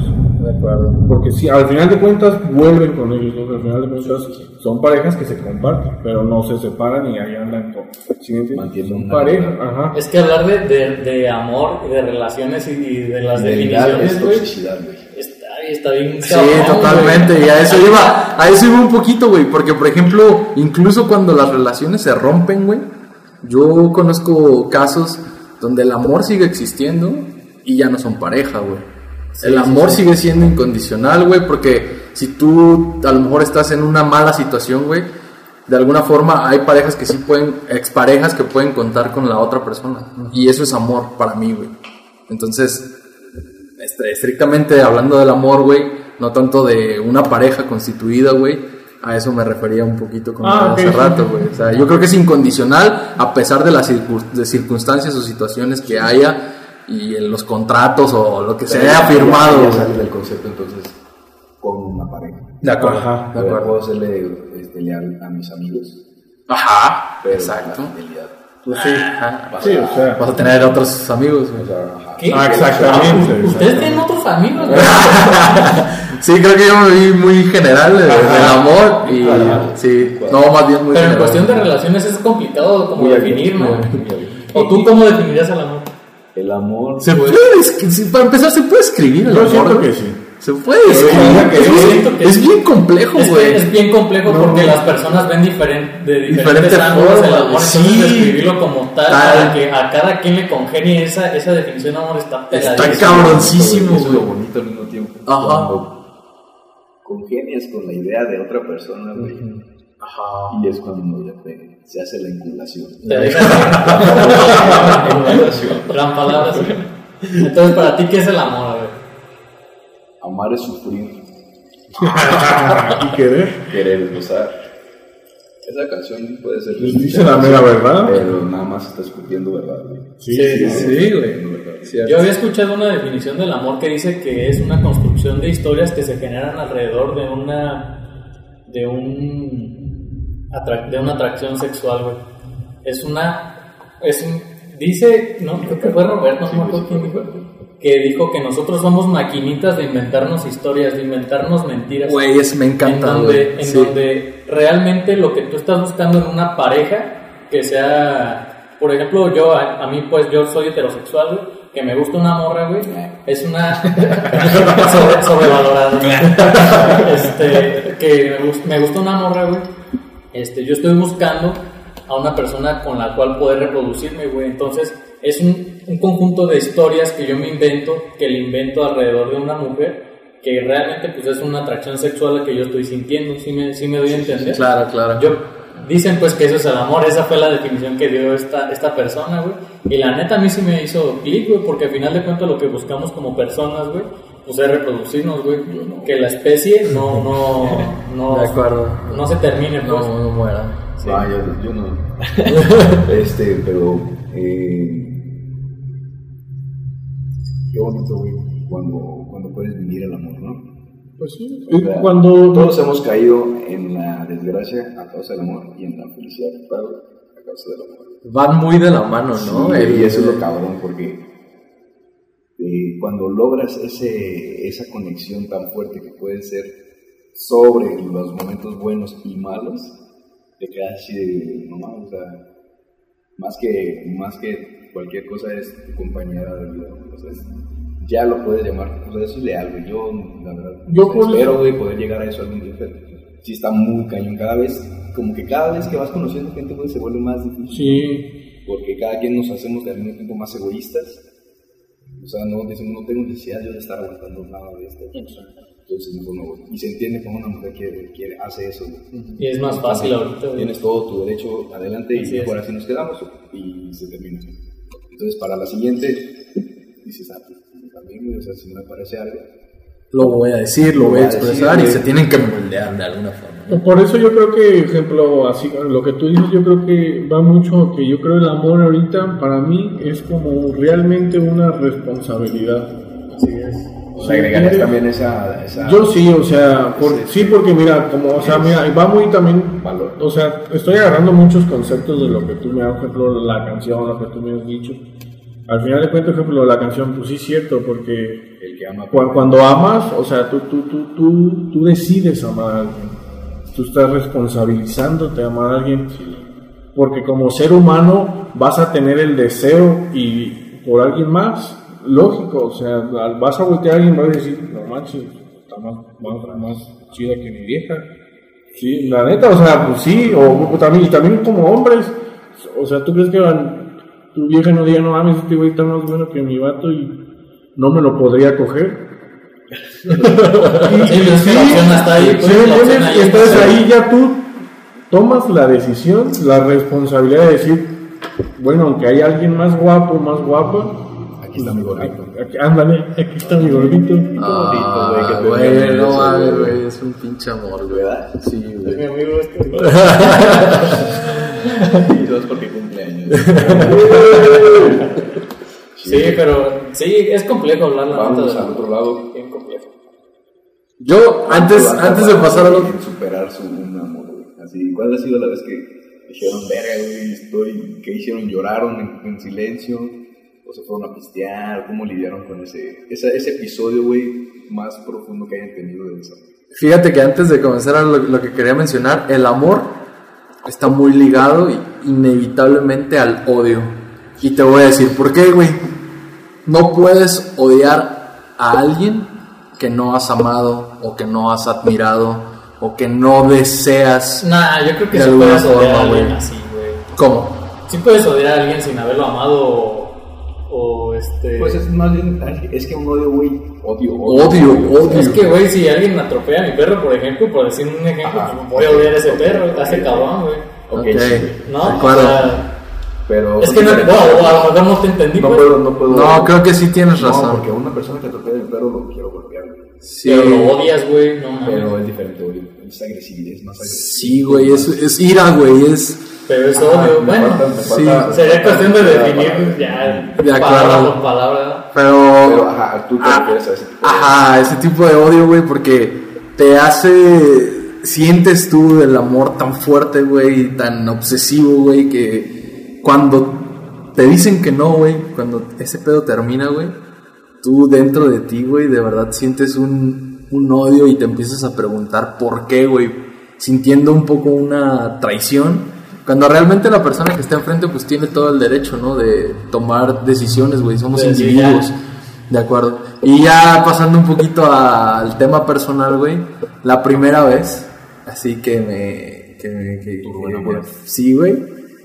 De acuerdo. Porque si al final de cuentas vuelven con ellos, ¿no? Al final de cuentas son parejas que se comparten, pero no se separan y ahí andan con. ¿Sí me entiendes? Son parejas, ajá. Es que hablar de, de, de amor, de relaciones y, y de las De definiciones, güey, toxicidad, güey. está, está bien. Sí, cabrón, totalmente, güey. y a eso iba, a eso iba un poquito, güey, porque por ejemplo, incluso cuando las relaciones se rompen, güey, yo conozco casos donde el amor sigue existiendo y ya no son pareja, güey. Sí, el amor sí, sí. sigue siendo incondicional, güey, porque si tú a lo mejor estás en una mala situación, güey, de alguna forma hay parejas que sí pueden, exparejas que pueden contar con la otra persona, y eso es amor para mí, güey. Entonces, este, estrictamente hablando del amor, güey, no tanto de una pareja constituida, güey, a eso me refería un poquito con Ah, hace okay, rato, sí. güey. O sea, yo creo que es incondicional a pesar de las circun- de circunstancias o situaciones que haya y en los contratos o lo que se Pero haya ya- firmado, Ya, ya güey. sale del concepto, entonces, con una pareja. De acuerdo, Ajá, de Yo acuerdo. puedo serle este, leal a mis amigos, Ajá, pero exacto. la fidelidad. Pues sí. Ajá. Sí, o sea. Vas a tener otros amigos, güey. O sea, ajá. ¿Qué? Ah, exactamente. Ah, Ustedes tienen otros amigos, güey. Sí, creo que yo me vi muy general eh, del amor y sí, no, más bien muy Pero en general. cuestión de relaciones es complicado como Muy definir, ¿no? abierto, muy abierto. ¿O tú cómo definirías el amor? El amor. Se pues, puede, es que, sí, para empezar, se puede escribir el Yo amor. siento güey. que sí. Se puede escribir. que Es, yo bien- siento que es sí. bien complejo, Es, güey. que es bien complejo No. porque las personas ven diferen- de diferentes Diferente ángulos el forma, amor, entonces sí. describirlo como tal, Tal. para que a cada quien le congenie esa, esa definición de amor está Está pegadísimo. cabroncísimo, Eso es lo güey. bonito al mismo tiempo. Ajá. Cuando congenias con la idea de otra persona, güey. Ajá. Y es cuando ya te- se hace la inculación. Te deja gran palabra, sí. Entonces, para ti, ¿qué es el amor? A ver. Amar es sufrir, Y querer. querer es gozar. Esa canción puede ser. Pues dice la mera verdad. Pero nada más está escupiendo verdad, güey. Sí, Sí, Sí, güey. Verdad. Yo había escuchado una definición del amor que dice que es una construcción de historias que se generan alrededor de una de un atrac- de una atracción sexual, güey. Es una es un dice, no, creo que fue Roberto, no me acuerdo quién dijo, que dijo que nosotros somos maquinitas de inventarnos historias, de inventarnos mentiras. Güey, es, me encanta, en güey. donde, en Sí. donde realmente lo que tú estás buscando en una pareja que sea, por ejemplo, yo a, a mí pues yo soy heterosexual, güey, que me gusta una morra, güey, es una sobre, sobrevalorada. Este, que me, gust- me gusta una morra, güey. Este, yo estoy buscando a una persona con la cual poder reproducirme, güey. Entonces, es un, un conjunto de historias que yo me invento, que le invento alrededor de una mujer, que realmente pues es una atracción sexual la que yo estoy sintiendo, ¿sí me, sí me doy a entender? Claro, claro. Yo, dicen pues que eso es el amor, esa fue la definición que dio esta, esta persona, güey. Y la neta a mí sí me hizo clic, güey, porque al final de cuentas lo que buscamos como personas, güey, pues es reproducirnos, güey. Que la especie no, no, no, De acuerdo. no se termine, pues. No, no muera. Sí. No, yo, yo no. este, pero. Eh, qué bonito, güey. Cuando, cuando puedes vivir el amor, ¿no? Pues sí. O sea, Cuando. Todos hemos caído en la desgracia a causa del amor y en la felicidad claro, a causa del amor. Van muy de la mano, ¿no? Sí, El- y eso es lo cabrón, porque eh, cuando logras ese, esa conexión tan fuerte que puede ser sobre los momentos buenos y malos, te quedas así de, no mames, o sea, más que, más que cualquier cosa es tu compañera de vida, o sea, es- ya lo puedes llamar, o sea, eso es leal, güey. Yo, la verdad, Yo por espero, eso- güey, poder llegar a eso algún día, pero sí está muy cañón, cada vez, como que cada vez que vas conociendo gente, güey, se vuelve más difícil. Sí. Porque cada quien nos hacemos al mismo tiempo más egoístas. O sea, no decimos, no tengo necesidad yo de estar aguantando nada de esto. Entonces, mejor no voy. Y se entiende cómo una mujer quiere, quiere hace eso. ¿No? Y es más fácil ahorita, güey. Tienes todo tu derecho adelante Así y es. mejor así nos quedamos y se termina. Entonces, para la siguiente, dices, ah, pues, también, o sea, si no me parece algo. Lo voy a decir, lo voy a expresar y decir, se tienen que moldear de alguna forma, ¿no? Por eso yo creo que, ejemplo, así lo que tú dices, yo creo que va mucho, que yo creo el amor ahorita para mí es como realmente una responsabilidad. Así es. O sea, agregarías también esa, esa Yo sí, o sea, por- ese- sí, porque mira, como, o sea, mira, y va muy también, valor. o sea, estoy agarrando muchos conceptos de lo que tú me has, por ejemplo, la canción, lo que tú me has dicho, al final de cuentas, por ejemplo, la canción, pues sí es cierto, porque El que ama. cu- cuando amas, o sea, tú, tú, tú, tú, tú decides amar a alguien, tú estás responsabilizándote a amar a alguien, porque como ser humano vas a tener el deseo y por alguien más, lógico, o sea, vas a voltear a alguien y vas a decir, no manches, está más, más, más chida que mi vieja. Sí, la neta, o sea, pues sí, o, o también, y también como hombres, o sea, ¿tú crees que van, tu vieja no diga, no mames, este güey está más bueno que mi vato y no me lo podría coger? Sí, pero es que la opción está ahí, pues, ¿Sí me la opción entiendes? ahí Y está. entonces ahí ya tú tomas la decisión, la responsabilidad de decir, bueno, aunque hay alguien más guapo, más guapa, Aquí está mi gordito. aquí- ándale, aquí está mi gordito. Ah, güey, que te güey, vean no eso, mames, güey. güey, es un pinche amor, güey. ¿Verdad? Sí, Es güey. mi amigo este. Y eso es porque cumpleaños. Sí, pero sí, es complejo hablar la Vamos neta. al otro lado. Bien complejo. Yo, antes, ¿Cuánto antes de va pasar a lo... en superar su un amor, güey? Así, ¿cuál ha sido la vez que dijeron, verga, güey, estoy, qué hicieron? ¿Lloraron en, en silencio? ¿O se fueron a pistear? ¿Cómo lidiaron con ese, ese, ese episodio, güey, más profundo que hayan tenido de eso? Fíjate que antes de comenzar a lo, lo que quería mencionar, el amor está muy ligado y- inevitablemente al odio. Y te voy a decir, ¿por qué, güey? No puedes odiar a alguien que no has amado o que no has admirado o que no deseas. Nah, yo creo que De sí alguna puedes odiar forma, a alguien güey. así, güey. ¿Cómo? Sí puedes odiar a alguien sin haberlo amado o, o este... Pues es más bien, es que un odio, güey, odio, Odio, odio. Es que, güey, si alguien atropella a mi perro, por ejemplo, por decir un ejemplo, Ajá. pues voy a odiar a ese perro, a ese cabrón, güey. Ok, Ok, sí, güey. ¿No? de acuerdo. O sea, Pero... es que no, diferente. no, a lo mejor no te entendí, No pues. puedo, no puedo. No, creo que sí tienes No, razón. porque a una persona que atropella a mi perro lo quiero golpear, güey. Sí, Pero lo odias, güey, no mames. Pero es diferente, güey. Es agresividad, es más agresivo. sí, güey, es, es ira, güey, es... Pero es Ajá, odio, me bueno. falta- me sí. falta- Sería me cuestión de falta- definir ya De acuerdo. palabra por palabra. Pero... Pero, ajá, tú te Ah, refieres a ese tipo de... Ajá, ese tipo de odio, güey, porque te hace... Sientes tú el amor tan fuerte, güey, tan obsesivo, güey, que cuando te dicen que no, güey, cuando ese pedo termina, güey, tú dentro de ti, güey, de verdad sientes un, un odio y te empiezas a preguntar por qué, güey, sintiendo un poco una traición, cuando realmente la persona que está enfrente, pues tiene todo el derecho, ¿no?, de tomar decisiones, güey, somos De decir, individuos. ya. De acuerdo. Y ya pasando un poquito al tema personal, güey, la primera vez, así que me... Que me que, Tuvo que- enamorado. sí, güey.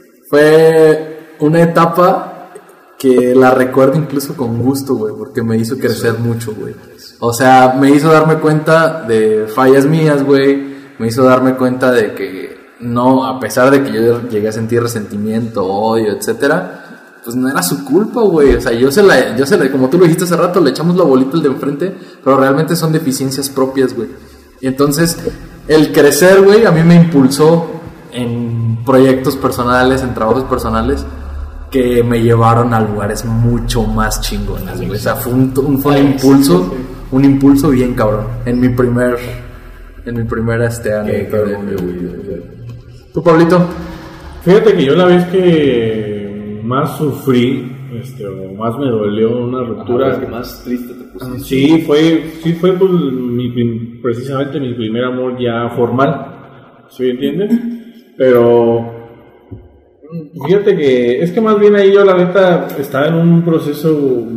Fue una etapa que la recuerdo incluso con gusto, güey, porque me hizo crecer mucho, güey. O sea, me hizo darme cuenta de fallas mías, güey. Me hizo darme cuenta de que no, a pesar de que yo llegué a sentir resentimiento, odio, etcétera, pues no era su culpa, güey. O sea, yo se la, yo se la, como tú lo dijiste hace rato, le echamos la bolita al de enfrente, pero realmente son deficiencias propias, güey. Y entonces, el crecer, güey, a mí me impulsó en proyectos personales, en trabajos personales, que me llevaron a lugares mucho más chingones, güey. O sea, fue un, un- fue un impulso, un impulso bien cabrón, en mi primer, en mi primer este año. Qué cabrón, güey. ¿Tú, Pablito? Fíjate que yo la vez que más sufrí, este, o más me dolió una ruptura, Ajá, que más triste te pusiste. sí fue, sí fue pues, mi, prim- precisamente mi primer amor ya formal, ¿sí me entiendes? Pero fíjate que es que más bien ahí yo la neta estaba en un proceso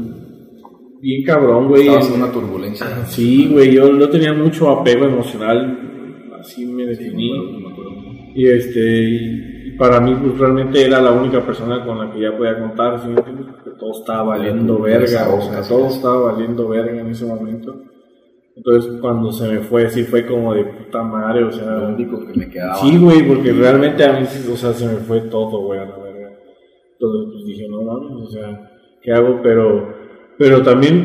bien cabrón, güey. Estabas en una turbulencia. Sí, güey, yo no tenía mucho apego emocional, así me definí. Y este, y, y para mí, pues realmente era la única persona con la que ya podía contar, ¿sí me entiendes? Porque todo estaba valiendo verga, o sea, todo estaba valiendo verga en ese momento. Entonces, cuando se me fue, sí fue como de puta madre, o sea. Lo único que me quedaba. Sí, güey, porque realmente a mí, sí, o sea, se me fue todo, güey, a la verga. Entonces, pues dije, no mames, o sea, ¿qué hago? Pero, pero también.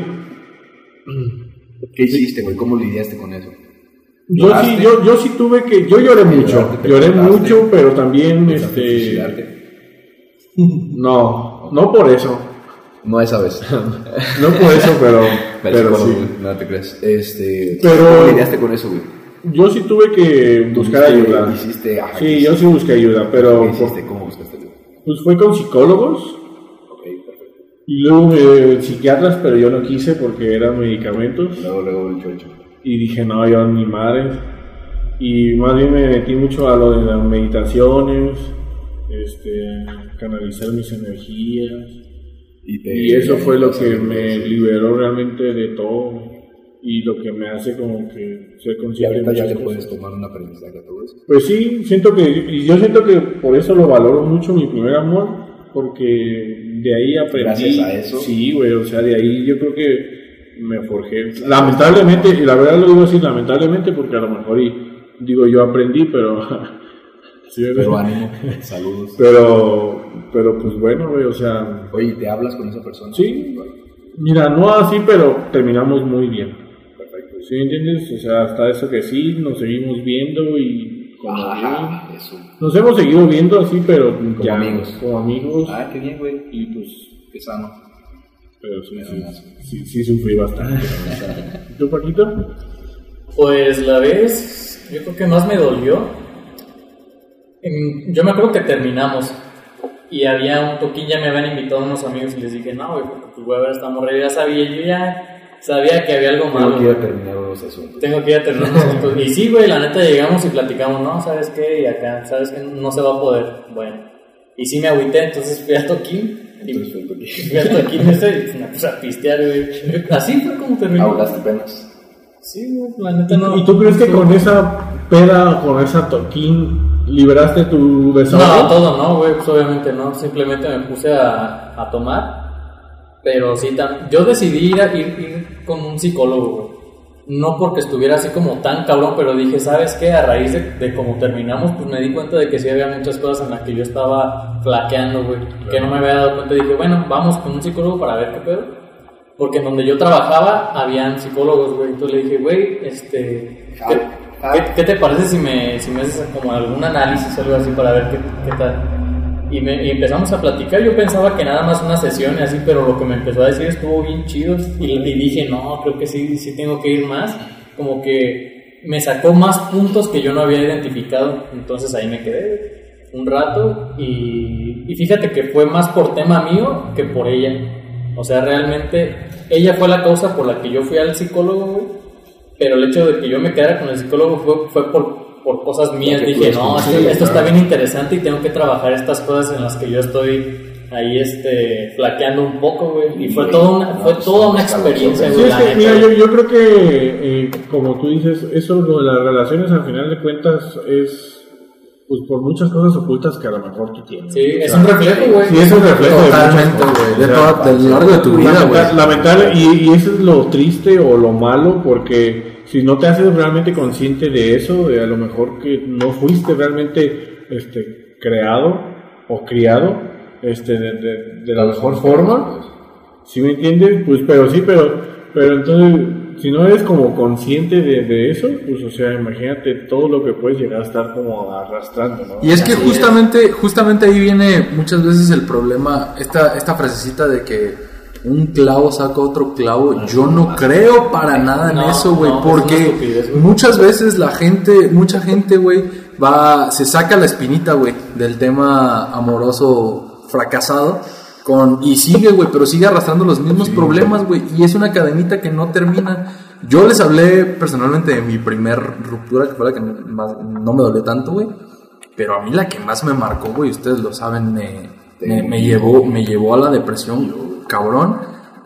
¿Qué hiciste, güey? ¿Cómo lidiaste con eso? Yo sí, ¿Lloraste? yo, yo sí tuve que, yo lloré mucho, ¿Lloraste? ¿Te lloré cortaste? mucho, pero también, ¿Pensaste en este, suicidarte? no, no por eso, No esa vez. no por eso, pero, pero Pero sí. No te creas. Este, Pero- ¿Cómo lidiaste con eso, güey? Yo sí tuve que buscar Hiciste- ayuda. Hiciste, ajá, Sí, ¿qué yo sí busqué ayuda, pero, ¿Qué hiciste? ¿Cómo buscaste ayuda? pues fue con psicólogos, Ok, perfecto. Y luego eh, psiquiatras, pero yo no quise porque eran medicamentos. Luego, luego el chocho. Y dije, no, yo ni madre. Y más bien me metí mucho a lo de las meditaciones, este, canalizar mis energías. Y, te, y eso fue lo que me liberó realmente de todo. Y lo que me hace como que ser consciente. Y ahorita ya le puedes tomar un aprendizaje a todo eso. Pues sí, siento que, y yo siento que por eso lo valoro mucho, mi primer amor, porque de ahí aprendí. Gracias a eso. Sí, güey, o sea, de ahí yo creo que me forjé. Lamentablemente, y la verdad lo digo así, lamentablemente, porque a lo mejor, y digo, yo aprendí, pero... sí, pero ánimo, saludos. Pero, pero pues bueno, güey, o sea... Oye, ¿te hablas con esa persona? Sí, mira, no así, pero terminamos muy bien. ¿Sí me entiendes? O sea, hasta eso que sí, nos seguimos viendo y como Ajá, bien. eso. Nos hemos seguido viendo así, pero como ya, amigos. Como amigos. Ah, qué bien, güey. Y pues, qué sano. Pero sí, sí, sí, sí, sí sufrí bastante. ¿Y tú, Paquito? Pues la vez, yo creo que más me dolió. En, yo me acuerdo que terminamos y había un toquín, ya me habían invitado unos amigos y les dije, no, güey, pues voy a ver esta morra, ya sabía, yo ya... Sabía que había algo malo. Tengo que ir a terminar los asuntos. Tengo que ir a terminar los asuntos. Y sí, güey, la neta llegamos y platicamos, no, ¿sabes qué? Y acá, ¿sabes qué? No se va a poder. Bueno. Y sí me agüité, entonces fui al toquín. Y entonces fui al toquín. Fui al toquín ese y me puse a pistear, güey. Así fue como terminó. Hablaste penas. Sí, güey, la neta no. ¿Y tú crees que con esa peda, con esa toquín, liberaste tu desahogo? No, todo no, güey, pues obviamente no. Simplemente me puse a, a tomar. Pero sí, tam- yo decidí ir, a, ir, ir con un psicólogo, güey. No porque estuviera así como tan cabrón, pero dije, ¿sabes qué? A raíz de, de cómo terminamos, pues me di cuenta de que sí había muchas cosas en las que yo estaba flaqueando, güey. Claro. Que no me había dado cuenta. Dije, bueno, vamos con un psicólogo para ver qué pedo. Porque en donde yo trabajaba, habían psicólogos, güey. Entonces le dije, güey, este... ¿qué, ¿qué, qué te parece si me, si me haces como algún análisis o algo así para ver qué, qué tal? Y, me, y empezamos a platicar. Yo pensaba que nada más una sesión y así, pero lo que me empezó a decir estuvo bien chido. Y, y dije, no, creo que sí, sí tengo que ir más. Como que me sacó más puntos que yo no había identificado. Entonces ahí me quedé un rato. Y, y fíjate que fue más por tema mío que por ella. O sea, realmente ella fue la causa por la que yo fui al psicólogo, güey. Pero el hecho de que yo me quedara con el psicólogo fue, fue por... por cosas mías. Dije, no, esto, esto está bien interesante y tengo que trabajar estas cosas en las que yo estoy ahí este flaqueando un poco, güey. Y fue toda una, fue toda una experiencia, güey. Sí, es que, mira, yo, yo creo que eh, como tú dices, eso lo de las relaciones al final de cuentas es pues por muchas cosas ocultas que a lo mejor tú tienes. Sí, es un reflejo, güey. Sí, es un reflejo totalmente, güey, de, de todo, a lo largo de tu vida, güey. Lamentable, y, y eso es lo triste o lo malo, porque si no te haces realmente consciente de eso, de a lo mejor que no fuiste realmente este, creado o criado este, de, de, de la mejor forma, ¿sí me entiendes? Pues, pero sí, pero, pero entonces, si no eres como consciente de, de eso, pues, o sea, imagínate todo lo que puedes llegar a estar como arrastrando, ¿no? Y es que justamente, justamente ahí viene muchas veces el problema, esta, esta frasecita de que un clavo saca otro clavo. Yo no creo para nada en no, eso, güey, no, porque muchas veces la gente, mucha gente, güey, va, se saca la espinita, güey, del tema amoroso fracasado. Con, y sigue, güey, pero sigue arrastrando los mismos sí, problemas, güey, y es una cadenita que no termina. Yo les hablé personalmente de mi primer ruptura, que fue la que más, no me dolió tanto, güey, pero a mí la que más me marcó, güey, ustedes lo saben, me, me, me, llevó, me llevó a la depresión, cabrón,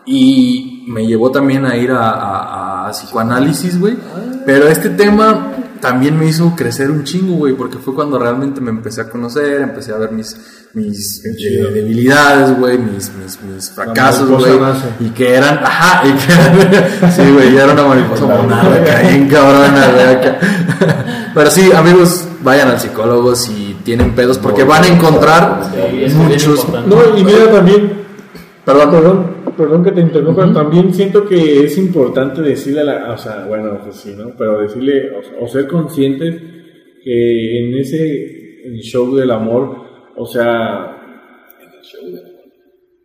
y me llevó también a ir a, a, a psicoanálisis, güey, pero este tema también me hizo crecer un chingo, güey, porque fue cuando realmente me empecé a conocer, empecé a ver mis, mis eh, debilidades, güey, mis, mis, mis fracasos, güey, y que eran, ajá, y que eran, sí, güey, ya era una mariposa monarca, acá, bien cabrona, güey, acá. Pero sí, amigos, vayan al psicólogo si tienen pedos, porque van a encontrar sí, muchos. No, y mira también, perdón, perdón. Perdón que te interrumpa, uh-huh. También siento que es importante decirle a la, o sea, bueno, pues sí, ¿no? Pero decirle, o, o ser conscientes que en ese show del amor, o sea,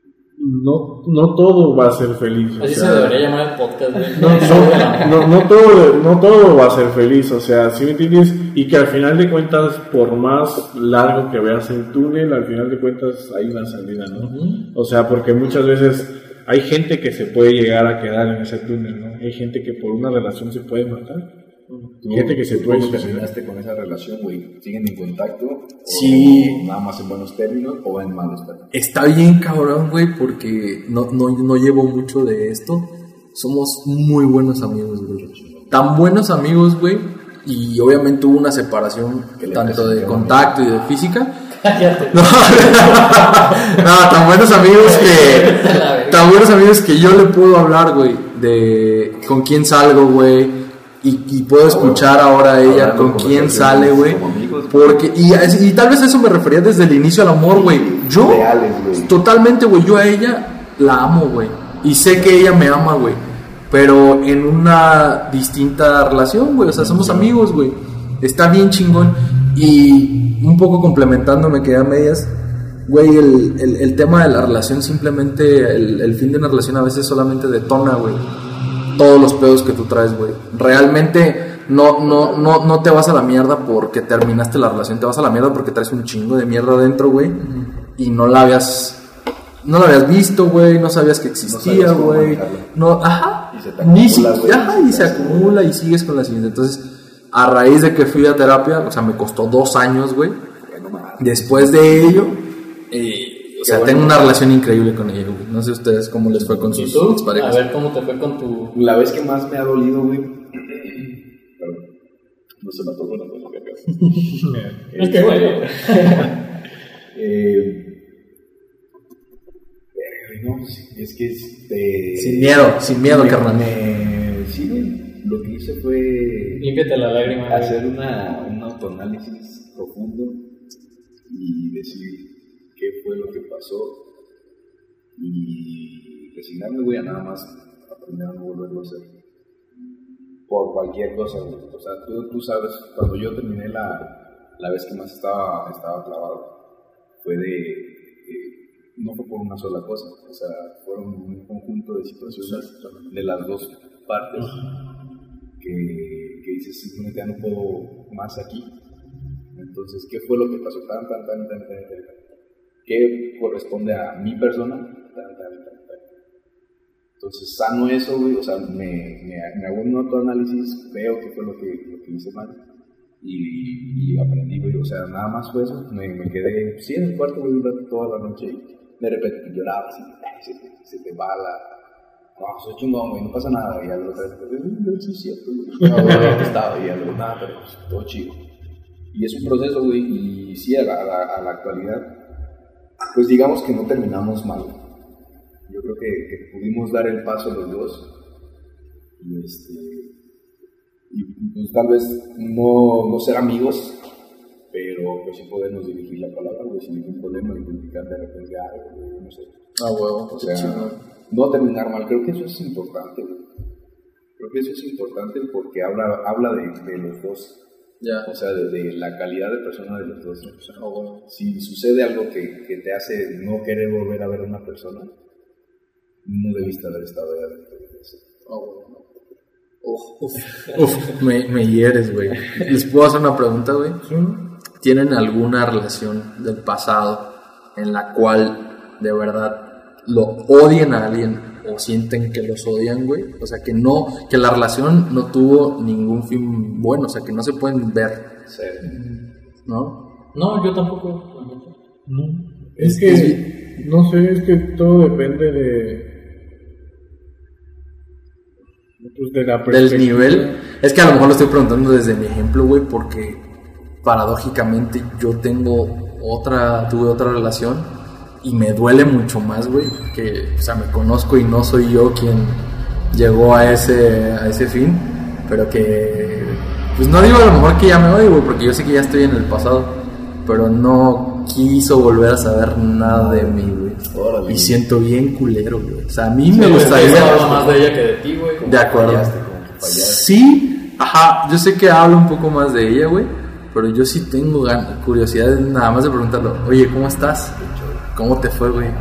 no, no todo va a ser feliz. Así o sea, se debería llamar el podcast, güey. No, no, no, no, todo, no todo va a ser feliz, o sea, ¿sí me entiendes? Y que al final de cuentas, por más largo que veas el túnel, al final de cuentas hay una salida, ¿no? Uh-huh. O sea, porque muchas veces hay gente que se puede llegar a quedar en ese túnel, ¿no? Hay gente que por una relación se puede matar. ¿Tú, gente que se ¿tú puede cómo terminaste con esa relación, güey? ¿Siguen en contacto? Sí. ¿O nada más en buenos términos o en malos términos? Está bien cabrón, güey, porque no, no, no llevo mucho de esto. Somos muy buenos amigos, güey. Tan buenos amigos, güey. Y obviamente hubo una separación tanto de contacto y de física. No, no, tan buenos amigos que tan buenos amigos que yo le puedo hablar, güey, de con quién salgo, güey. Y, y puedo escuchar ahora a ella con quién sale, güey. Porque, y, y tal vez eso me refería desde el inicio al amor, güey. Yo, totalmente, güey. Yo a ella la amo, güey. Y sé que ella me ama, güey. Pero en una distinta relación, güey. O sea, somos amigos, güey. Está bien chingón. Y un poco complementándome, que a medias, güey, el, el, el tema de la relación, simplemente el, el fin de una relación a veces solamente detona, güey, todos los pedos que tú traes, güey. Realmente no, no, no, no te vas a la mierda porque terminaste la relación, te vas a la mierda porque traes un chingo de mierda adentro, güey. Uh-huh. Y no la habías, no la habías visto, güey, no sabías que existía, güey. No, ajá. Y se te acumula, Ni si, wey, ajá, y se acumula y sigues con la siguiente. Entonces, a raíz de que fui a terapia, o sea, me costó dos años, güey. Después de ello, eh, o sea, bueno, tengo una relación increíble con ella, güey. No sé ustedes cómo les fue con sus exparejas. A ver cómo te fue con tu... La vez que más me ha dolido, güey. Perdón. No se me tocó la cosa que acá. Es que bueno. eh, no, es que es de... Sin miedo, sin miedo, me, carnal. Me, sí, güey. Lo que hice fue... Límpiate la lágrima. Hacer una, un autoanálisis profundo y decir qué fue lo que pasó y resignarme, güey, a nada más aprender a no volverlo a hacer por cualquier cosa, güey. O sea, tú, tú sabes, cuando yo terminé la, la vez que más estaba, estaba clavado, fue de, eh, no fue por una sola cosa, o sea, fueron un conjunto de situaciones de las dos partes que, que dices, simplemente ya no puedo más aquí. Entonces, ¿qué fue lo que pasó tan, tan, tan, tan, tan, tan? ¿Qué corresponde a mi persona? Tan, tan, tan, tan. Entonces, sano eso, güey, o sea, me, me, me hago un autoanálisis, veo qué fue lo que, lo que hice mal y, y aprendí, güey, o sea, nada más fue eso, me, me quedé, sí, en el cuarto, güey, toda la noche y de repente lloraba así, se te, se te va la... No, soy chingón, güey, no pasa nada, y algo otra vez, no, sí es cierto, güey, no, no, estaba, y algo, nada, pero pues, todo chido. Y es un proceso, güey, y sí, a la, a la, a la actualidad, pues digamos que no terminamos mal. Yo creo que, que pudimos dar el paso los dos, y este, y pues tal vez no, no ser amigos, pero pues sí podemos dirigir la palabra, güey, sin ningún problema, y criticar de repente algo, güey, no sé. Ah, huevo, o sea, no terminar mal, creo que eso es importante, güey. Creo que eso es importante porque habla, habla de, de los dos. Yeah. O sea, de, de la calidad de persona de los dos. O sea, oh, bueno. Si sucede algo que, que te hace no querer volver a ver a una persona, no debiste haber estado ahí adentro de eso. Oh, bueno. Uf, uf, uf, me, me hieres, güey. ¿Les puedo hacer una pregunta, güey? ¿Tienen alguna relación del pasado en la cual de verdad lo odien a alguien o sienten que los odian, güey? O sea, que no, que la relación no tuvo ningún fin bueno, o sea, que no se pueden ver. Sí. ¿No? No, yo tampoco. No. Es que, es, no sé, es que todo depende de... Pues de la del nivel. Es que a lo mejor lo estoy preguntando desde mi ejemplo, güey, porque paradójicamente yo tengo otra, tuve otra relación y me duele mucho más, güey, que, o sea, me conozco y no soy yo quien llegó a ese, a ese fin, pero que, pues no digo a lo mejor que ya me odie, güey, porque yo sé que ya estoy en el pasado, pero no quiso volver a saber nada de mí, güey. Órale. Y siento bien culero, güey. O sea, a mí sí, me gustaría... Sí, habla más de ella que de ti, güey. De acuerdo. Fallaste, sí, ajá, yo sé que hablo un poco más de ella, güey, pero yo sí tengo gan- curiosidad nada más de preguntarlo, oye, ¿cómo estás? ¿Cómo te fue, güey?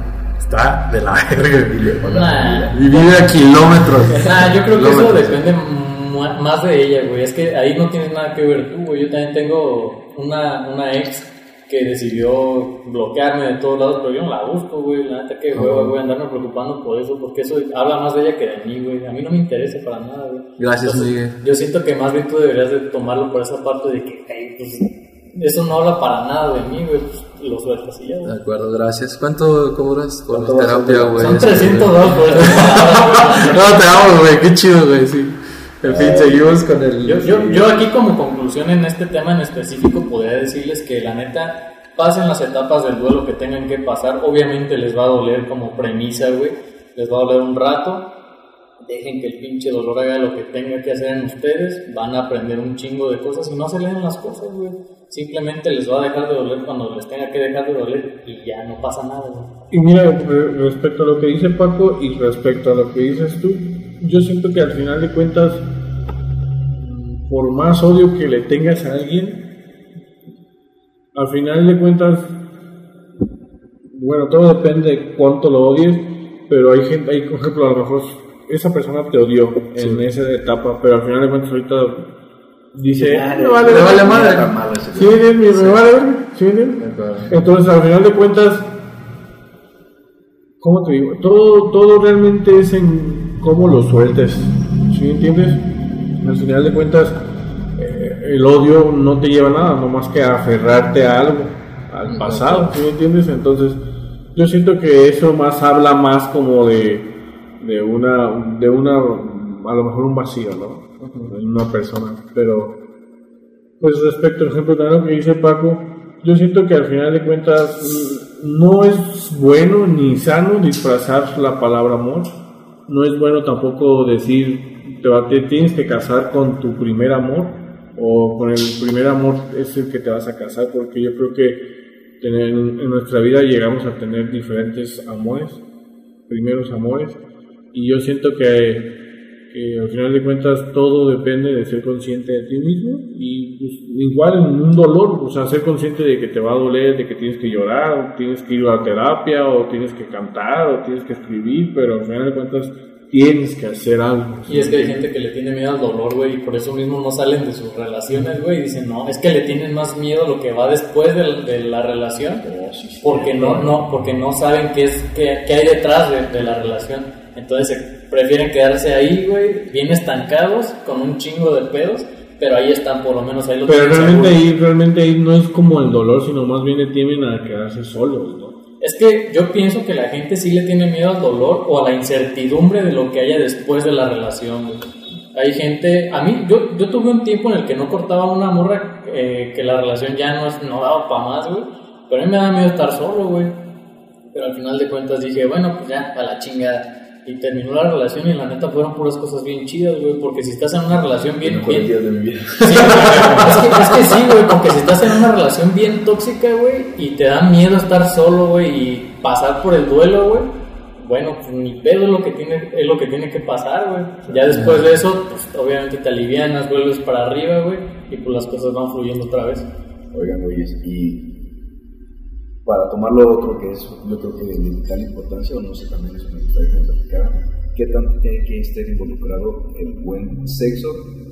está de la verga. Nah. Y vive a kilómetros. Nah, yo creo que eso Kilómetros. depende mu- más de ella, güey. Es que ahí no tienes nada que ver tú, güey. Yo también tengo una, una ex que decidió bloquearme de todos lados, pero yo no la busco, güey. La neta que hueva, güey, andarme preocupando por eso, porque eso habla más de ella que de mí, güey. A mí no me interesa para nada, güey. Gracias, Entonces, Miguel. Yo siento que más bien tú deberías de tomarlo por esa parte de que, hey, pues, eso no habla para nada de mí, güey. Pues lo sueltas y ya, güey. De acuerdo, gracias. ¿Cuánto cobras por ¿Cuánto vas a terapia, cobrar? güey? Son trescientos dólares por eso. No, te amo, güey. Qué chido, güey, sí. En fin, seguimos con el... Yo, yo, yo aquí como conclusión en este tema en específico podría decirles que la neta pasen las etapas del duelo que tengan que pasar. Obviamente les va a doler como premisa, güey. Les va a doler un rato. Dejen que el pinche dolor haga lo que tenga que hacer en ustedes. Van a aprender un chingo de cosas y no aceleren las cosas, güey. Simplemente les va a dejar de doler cuando les tenga que dejar de doler y ya no pasa nada, güey. Y mira, re- respecto a lo que dice Paco y respecto a lo que dices tú, yo siento que al final de cuentas, por más odio que le tengas a alguien, al final de cuentas, bueno, todo depende de cuánto lo odies, pero hay gente, hay, por ejemplo, a lo mejor esa persona te odió en esa etapa, pero al final de cuentas ahorita dice, Ah, me le- vale, le vale verga". madre. Está mal ese ¿Sí me entiendes? Me vale, verga. ¿Sí me De entiendes? acuerdo. Entonces, al final de cuentas, ¿cómo te digo? Todo, todo realmente es en cómo lo sueltes, ¿sí me entiendes? Al final de cuentas, eh, el odio no te lleva a nada, nomás que a aferrarte a algo, al pasado, ¿sí me entiendes? Entonces, yo siento que eso más habla más como de, de una, de una, a lo mejor un vacío, ¿no? En una persona, pero, pues respecto, por ejemplo, a lo que dice Paco, yo siento que al final de cuentas no es bueno ni sano disfrazar la palabra amor. No es bueno tampoco decir te, va, te tienes que casar con tu primer amor o con el primer amor es el que te vas a casar, porque yo creo que tener, en nuestra vida llegamos a tener diferentes amores, primeros amores, y yo siento que que al final de cuentas todo depende de ser consciente de ti mismo y pues, igual en un dolor, o sea, ser consciente de que te va a doler, de que tienes que llorar, o tienes que ir a terapia, o tienes que cantar, o tienes que escribir, pero al final de cuentas tienes que hacer algo. Y es que hay gente que le tiene miedo al dolor, güey, y por eso mismo no salen de sus relaciones, güey, y dicen, no, es que le tienen más miedo a lo que va después de, de la relación, porque no, no, porque no saben qué es, qué, qué hay detrás de, de la relación. Entonces prefieren quedarse ahí, güey, bien estancados, con un chingo de pedos, pero ahí están, por lo menos ahí lo Pero tienen realmente seguro. ahí, realmente ahí no es como el dolor, sino más bien le tienen a quedarse solos, ¿no? Es que yo pienso que la gente sí le tiene miedo al dolor o a la incertidumbre de lo que haya después de la relación, güey. Hay gente, a mí, yo, yo tuve un tiempo en el que no cortaba una morra, eh, que la relación ya no, es, no daba para más, güey, pero a mí me daba miedo estar solo, güey. Pero al final de cuentas dije, bueno, pues ya, a la chingada. Y terminó la relación y la neta fueron puras cosas bien chidas, güey, porque si estás en una relación bien... Mejores bien días de mi vida. Sí, güey, es, que, es que sí, güey, porque si estás en una relación bien tóxica, güey, y te da miedo estar solo, güey, y pasar por el duelo, güey, bueno, pues ni pedo es lo que tiene, es lo que tiene que pasar, güey. Ya después de eso, pues obviamente te alivianas, vuelves para arriba, güey, y pues las cosas van fluyendo otra vez. Oigan, güeyes, y para tomar lo otro que es, yo creo que de vital importancia, o no sé, también eso me gustaría que me platicaran, ¿qué tanto tiene que estar involucrado el buen sexo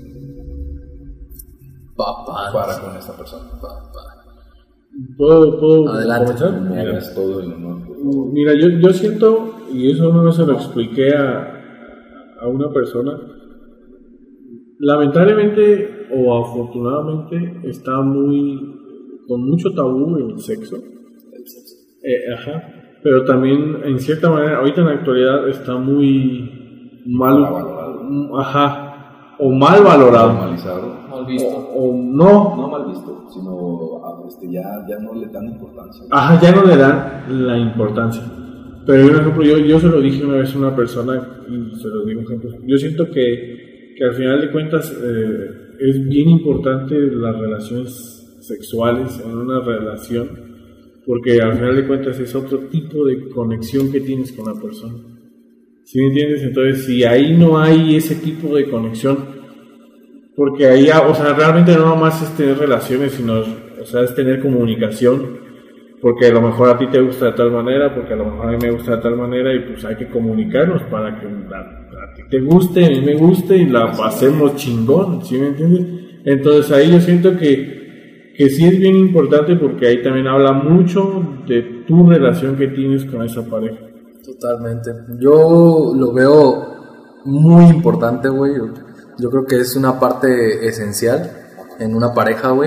Papá. para con esta persona? Papá. ¿Puedo, puedo Adelante. comenzar? Me hagas todo el honor, por favor. Mira, yo, yo siento, y eso una vez se lo expliqué a, a una persona, lamentablemente o afortunadamente está muy, con mucho tabú el sexo. Eh, ajá, pero también en cierta manera, ahorita en la actualidad está muy mal, Mal valorado. ajá, o mal valorado, Normalizado. Mal visto. o, o no, No mal visto, sino ah, este, ya, ya no le dan importancia. ajá, ya no le dan la importancia. Pero por ejemplo, yo, yo se lo dije una vez a una persona y se lo digo un ejemplo. Yo siento que, que al final de cuentas eh, es bien importante las relaciones sexuales en una relación, porque al final de cuentas es otro tipo de conexión que tienes con la persona. ¿Sí me entiendes? Entonces, si ahí no hay ese tipo de conexión, porque ahí, o sea, realmente no nada más es tener relaciones, sino, o sea, es tener comunicación. porque a lo mejor a ti te gusta de tal manera, porque a lo mejor a mí me gusta de tal manera, y pues hay que comunicarnos para que a, a ti te guste, a mí me guste y la pasemos chingón, ¿sí me entiendes? Entonces ahí yo siento que, que sí es bien importante, porque ahí también habla mucho de tu relación que tienes con esa pareja. Totalmente. Yo lo veo muy importante, güey. Yo creo que es una parte esencial en una pareja, güey.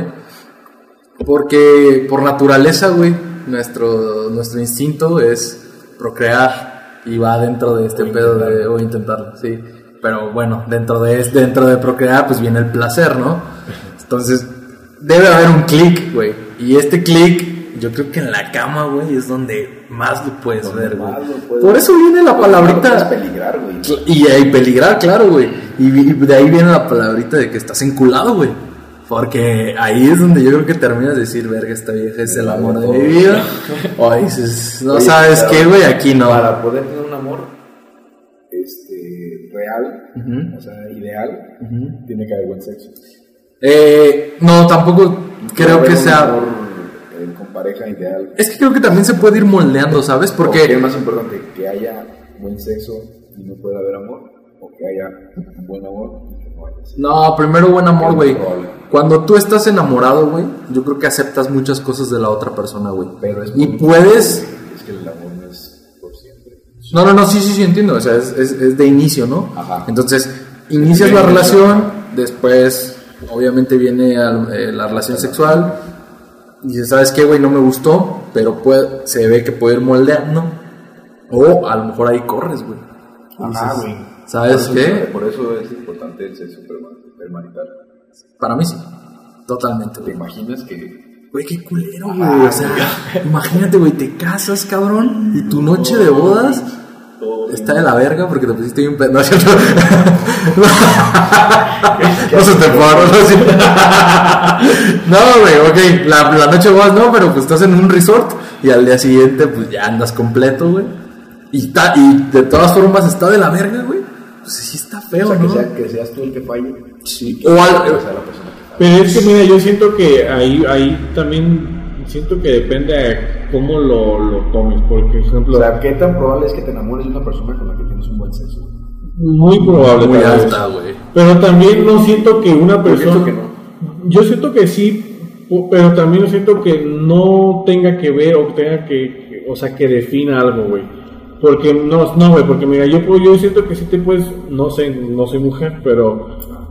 Porque por naturaleza, güey, nuestro, nuestro instinto es procrear y va dentro de este o pedo de o intentarlo, sí. Pero bueno, dentro de dentro de procrear pues viene el placer, ¿no? Entonces debe haber un clic, güey. Y este clic, yo creo que en la cama, güey, es donde más lo puedes donde ver, güey. Por eso viene la palabrita. Peligrar, güey. Y ahí peligrar, claro, güey. Y, y de ahí viene la palabrita de que estás enculado, güey. Porque ahí es donde yo creo que terminas de decir, verga, esta vieja es el amor de mi vida. O dices, no Oye, sabes qué, güey, aquí no. Para poder tener un amor este, real, uh-huh. o sea, ideal, uh-huh. tiene que haber buen sexo. Eh, no, tampoco creo que sea... Amor, eh, con pareja ideal. Es que creo que también se puede ir moldeando, ¿sabes? Porque... ¿Qué es más importante? ¿Que haya buen sexo y no pueda haber amor? ¿O que haya un buen amor y que no haya sexo? No, primero buen amor, güey. Cuando tú estás enamorado, güey, yo creo que aceptas muchas cosas de la otra persona, güey. Pero es y puedes... Es que el amor no es por siempre. No, no, no, sí, sí, sí, entiendo. O sea, es, es, es de inicio, ¿no? Ajá. Entonces, inicias la relación, después, obviamente, viene eh, la relación sexual. Y dices, ¿sabes qué, güey? No me gustó, pero puede, se ve que puede ir moldeando. O a lo mejor ahí corres, güey. Ajá, güey. ¿Sabes por qué? Eso, por eso es importante el sexo permarital. Para mí sí, totalmente. ¿Te imaginas que...? Güey, qué culero, güey. Ah, o sea, imagínate, güey, te casas, cabrón, y tu noche de bodas está de la verga porque te pusiste bien pedo. No, no, no se te paró, no, no, güey, ok, la, la noche de bodas no, pero pues estás en un resort y al día siguiente pues ya andas completo, güey. Y, ta, y de todas formas está de la verga, güey. Pues sí está feo, o sea, ¿no? Que, sea, que seas tú el que falle. Sí. O, al, o sea, la persona que falle. Pero es que, mira, yo siento que ahí, ahí también siento que depende de cómo lo, lo tomes. Por ejemplo... O sea, ¿qué tan probable es que te enamores de una persona con la que tienes un buen sexo? Muy probable. Muy alta, güey. Pero también no siento que una persona... Yo siento que no. Yo siento que sí, pero también siento que no tenga que ver o tenga que... O sea, que defina algo, güey. Porque no, no, güey, porque mira, yo, yo siento que sí te puedes, no sé, no soy mujer, pero,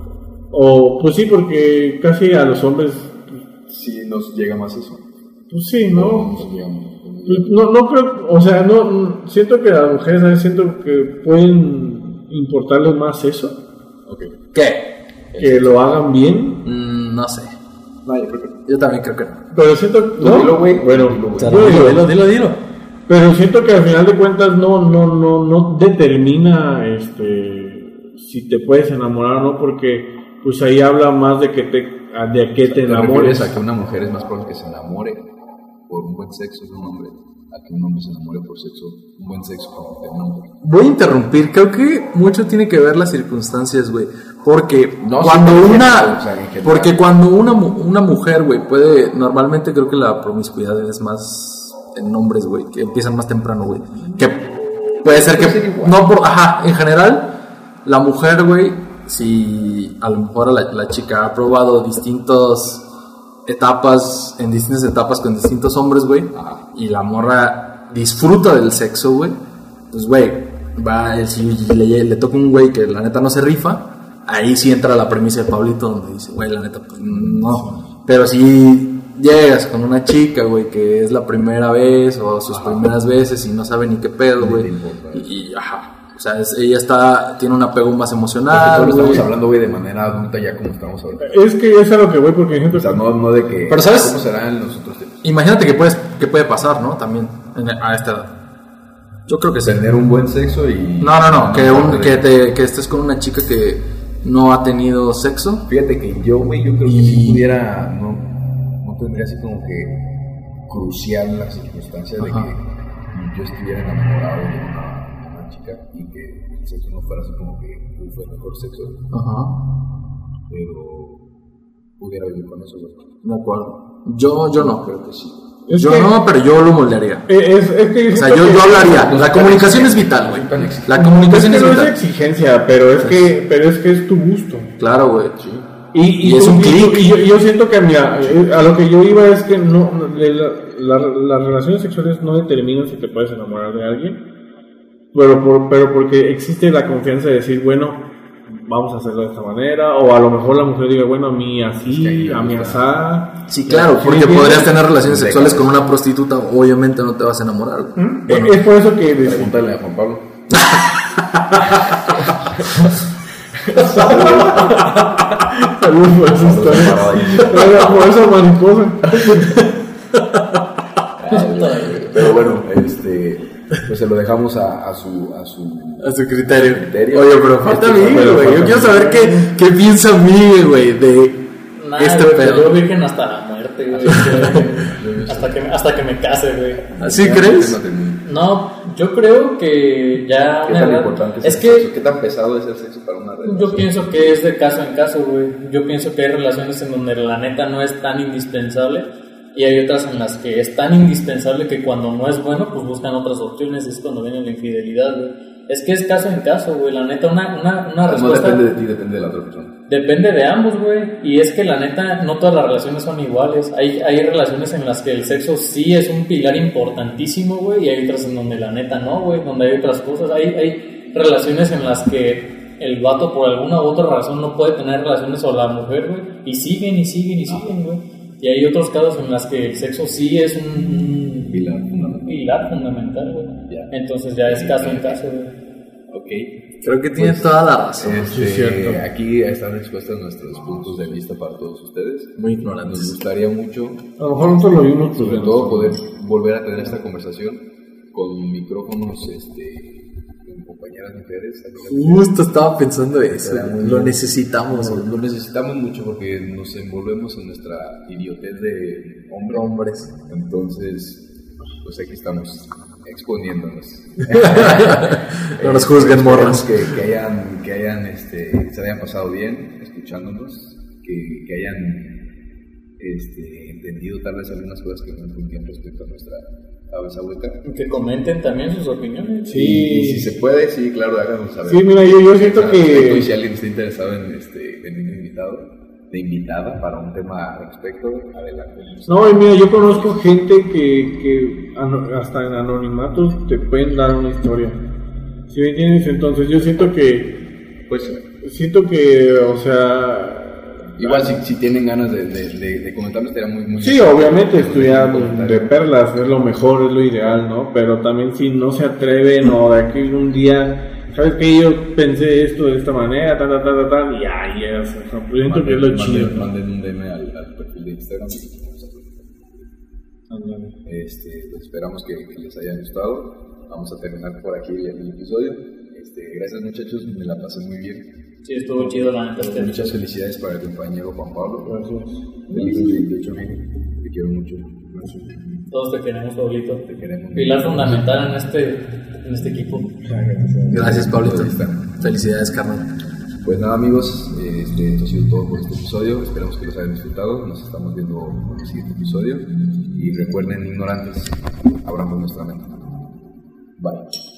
o pues sí, porque casi a los hombres, sí nos llega más eso. Pues sí, ¿no? No, nos llega, no, no creo, o sea, no, siento que a las mujeres, ¿sabes? Siento que pueden importarles más eso. Okay. ¿Qué? Que lo hagan bien. Mm, no sé. No, yo creo que no. Yo también creo que no. Pero siento, ¿no? Dilo, güey. Bueno, dilo, o sea, dilo, dilo, dilo, dilo. Pero siento que al final de cuentas no, no, no, no determina este si te puedes enamorar o no, porque pues ahí habla más de que te de que te enamores. A que una mujer es más probable que se enamore por un buen sexo de un hombre, a que un hombre se enamore por sexo, un buen sexo de un hombre. Voy a interrumpir, creo que mucho tiene que ver las circunstancias, güey, porque no, cuando sí, una, o sea, en porque cuando una una mujer, güey, puede, normalmente creo que la promiscuidad es más en hombres, güey, que empiezan más temprano, güey. Que puede ser que no por, ajá, en general la mujer, güey, si a lo mejor la, la chica ha probado distintas etapas, en distintas etapas con distintos hombres, güey, y la morra disfruta del sexo, güey, pues, güey, va, si le, le toca un güey que la neta no se rifa, ahí sí entra la premisa de Pablito, donde dice, güey, la neta, pues, no. Pero si llegas con una chica, güey, que es la primera vez o sus ajá. primeras veces y no sabe ni qué pedo, güey, y, y ajá, o sea, es, ella está, tiene un apego más emocional. Porque estamos hablando, güey, de manera adulta ya como estamos ahorita. Es que es a lo que voy, porque o sea, no, no de que... Pero, ¿sabes? ¿Cómo será en los otros tiempos? Imagínate que, puedes, que puede pasar, ¿no? También en, a esta edad. Yo creo que sí. Tener un buen sexo y... No, no, no, que, un, que, te, que estés con una chica que no ha tenido sexo. Fíjate que yo, güey, yo creo y... que si pudiera... No, tendría así como que crucial la circunstancia de que yo estuviera enamorado de una, una chica y que el sexo no fuera así como que fue el mejor sexo, ajá, pero pudiera vivir con eso, güey. De acuerdo. Yo, yo no. Creo que sí. Es yo que, no, pero yo lo moldearía. Es, es que o sea, yo, yo hablaría. La comunicación es vital, güey. La comunicación es, que es no vital. Es exigencia, pero es que, pero es que es tu gusto. Claro, güey. Sí. Y, y, y es tú, un y, clic. y yo, y yo siento que mira, a lo que yo iba es que no, la, la, las relaciones sexuales no determinan si te puedes enamorar de alguien, pero, por, pero porque existe la confianza de decir, bueno, vamos a hacerlo de esta manera, o a lo mejor la mujer diga, bueno, a mí así, a mí asá. Sí, claro, porque ¿sí podrías tener relaciones sexuales con una prostituta, obviamente no te vas a enamorar. ¿Mm? Bueno, es por eso que... Pregúntale a Juan Pablo. Saludos por esa historia. Por esa mariposa. Pero bueno, este, pues se lo dejamos a, a su a su a su criterio. criterio. Oye, pero falta Miguel, güey. Yo quiero saber qué, qué piensa Miguel, güey, de Nah, este güey, pedo. Yo virgen hasta la muerte, güey. hasta, que, hasta que me case, güey. ¿Así crees? No, yo creo que ya... ¿Qué tan importante es, es el que sexo? ¿Qué tan pesado es el sexo para una relación? yo pienso que es de caso en caso, güey. Yo pienso que hay relaciones en donde la neta no es tan indispensable y hay otras en las que es tan indispensable que cuando no es bueno, pues buscan otras opciones. Es cuando viene la infidelidad, güey. Es que es caso en caso, güey. La neta, una, una, una respuesta... No depende de ti, depende de la otra persona. Depende de ambos, güey. Y es que la neta, no todas las relaciones son iguales. Hay, hay relaciones en las que el sexo sí es un pilar importantísimo, güey. Y hay otras en donde la neta no, güey. Donde hay otras cosas. Hay, hay relaciones en las que el vato por alguna u otra razón no puede tener relaciones con la mujer, güey. Y siguen y siguen y siguen, güey. Y hay otros casos en los que el sexo sí es un, un pilar fundamental, pilar fundamental, güey. Yeah. Entonces ya es caso en caso, güey. Ok. Creo que tiene pues, toda la razón. Este, sí, cierto. Aquí están expuestos nuestros puntos de vista para todos ustedes. Muy ignorantes. Nos gustaría mucho, a lo mejor nosotros lo vimos, sobre todo, poder volver a tener esta conversación con micrófonos, este, con compañeras mujeres. Justo estaba pensando eso. Lo necesitamos. Lo, lo necesitamos mucho porque nos envolvemos en nuestra idiotez de hombre, hombres. Entonces, pues aquí estamos exponiéndonos. No nos juzguen, morras. Que, que hayan, que hayan, este, se hayan pasado bien escuchándonos, que, que hayan, este, entendido tal vez algunas cosas que no entendían respecto a nuestra cabeza hueca. Que comenten también sus opiniones. Sí, y si se puede, sí, claro, háganos saber. Sí, mira, yo, yo siento que... Y si alguien está interesado en este, venir invitado, de invitada para un tema al respecto, adelante. No, y mira, yo conozco gente que, que hasta en anonimatos te pueden dar una historia. ¿Sí me entiendes? Entonces yo siento que, pues, siento que, o sea... Igual si, si tienen ganas de, de, de, de comentarlo estaría muy, muy... Sí, obviamente estudiar de perlas es lo mejor, es lo ideal, ¿no? Pero también si no se atreven o de aquí un día... ¿Sabes qué? Yo pensé esto de esta manera, tal, tal, tal, tal, y ahí es. O sea, pues siento que es lo manden, chido. Manden un D M al, al perfil de Instagram. Este, pues esperamos que, que les haya gustado. Vamos a terminar por aquí el, el episodio. Este, gracias, muchachos, me la pasé muy bien. Sí, estuvo chido, la neta. Este, muchas felicidades para el compañero Juan Pablo. Gracias. Feliz veintiocho mil. Te quiero mucho. Gracias. Todos te queremos, Pablito. Te queremos. Pilar fundamental en este, en este equipo. Gracias, Pablito. Felicidades, carnal. Pues nada, amigos, este, esto ha sido todo por este episodio. Esperamos que los hayan disfrutado. Nos estamos viendo en el siguiente episodio. Y recuerden, ignorantes, abramos nuestra mente. Bye.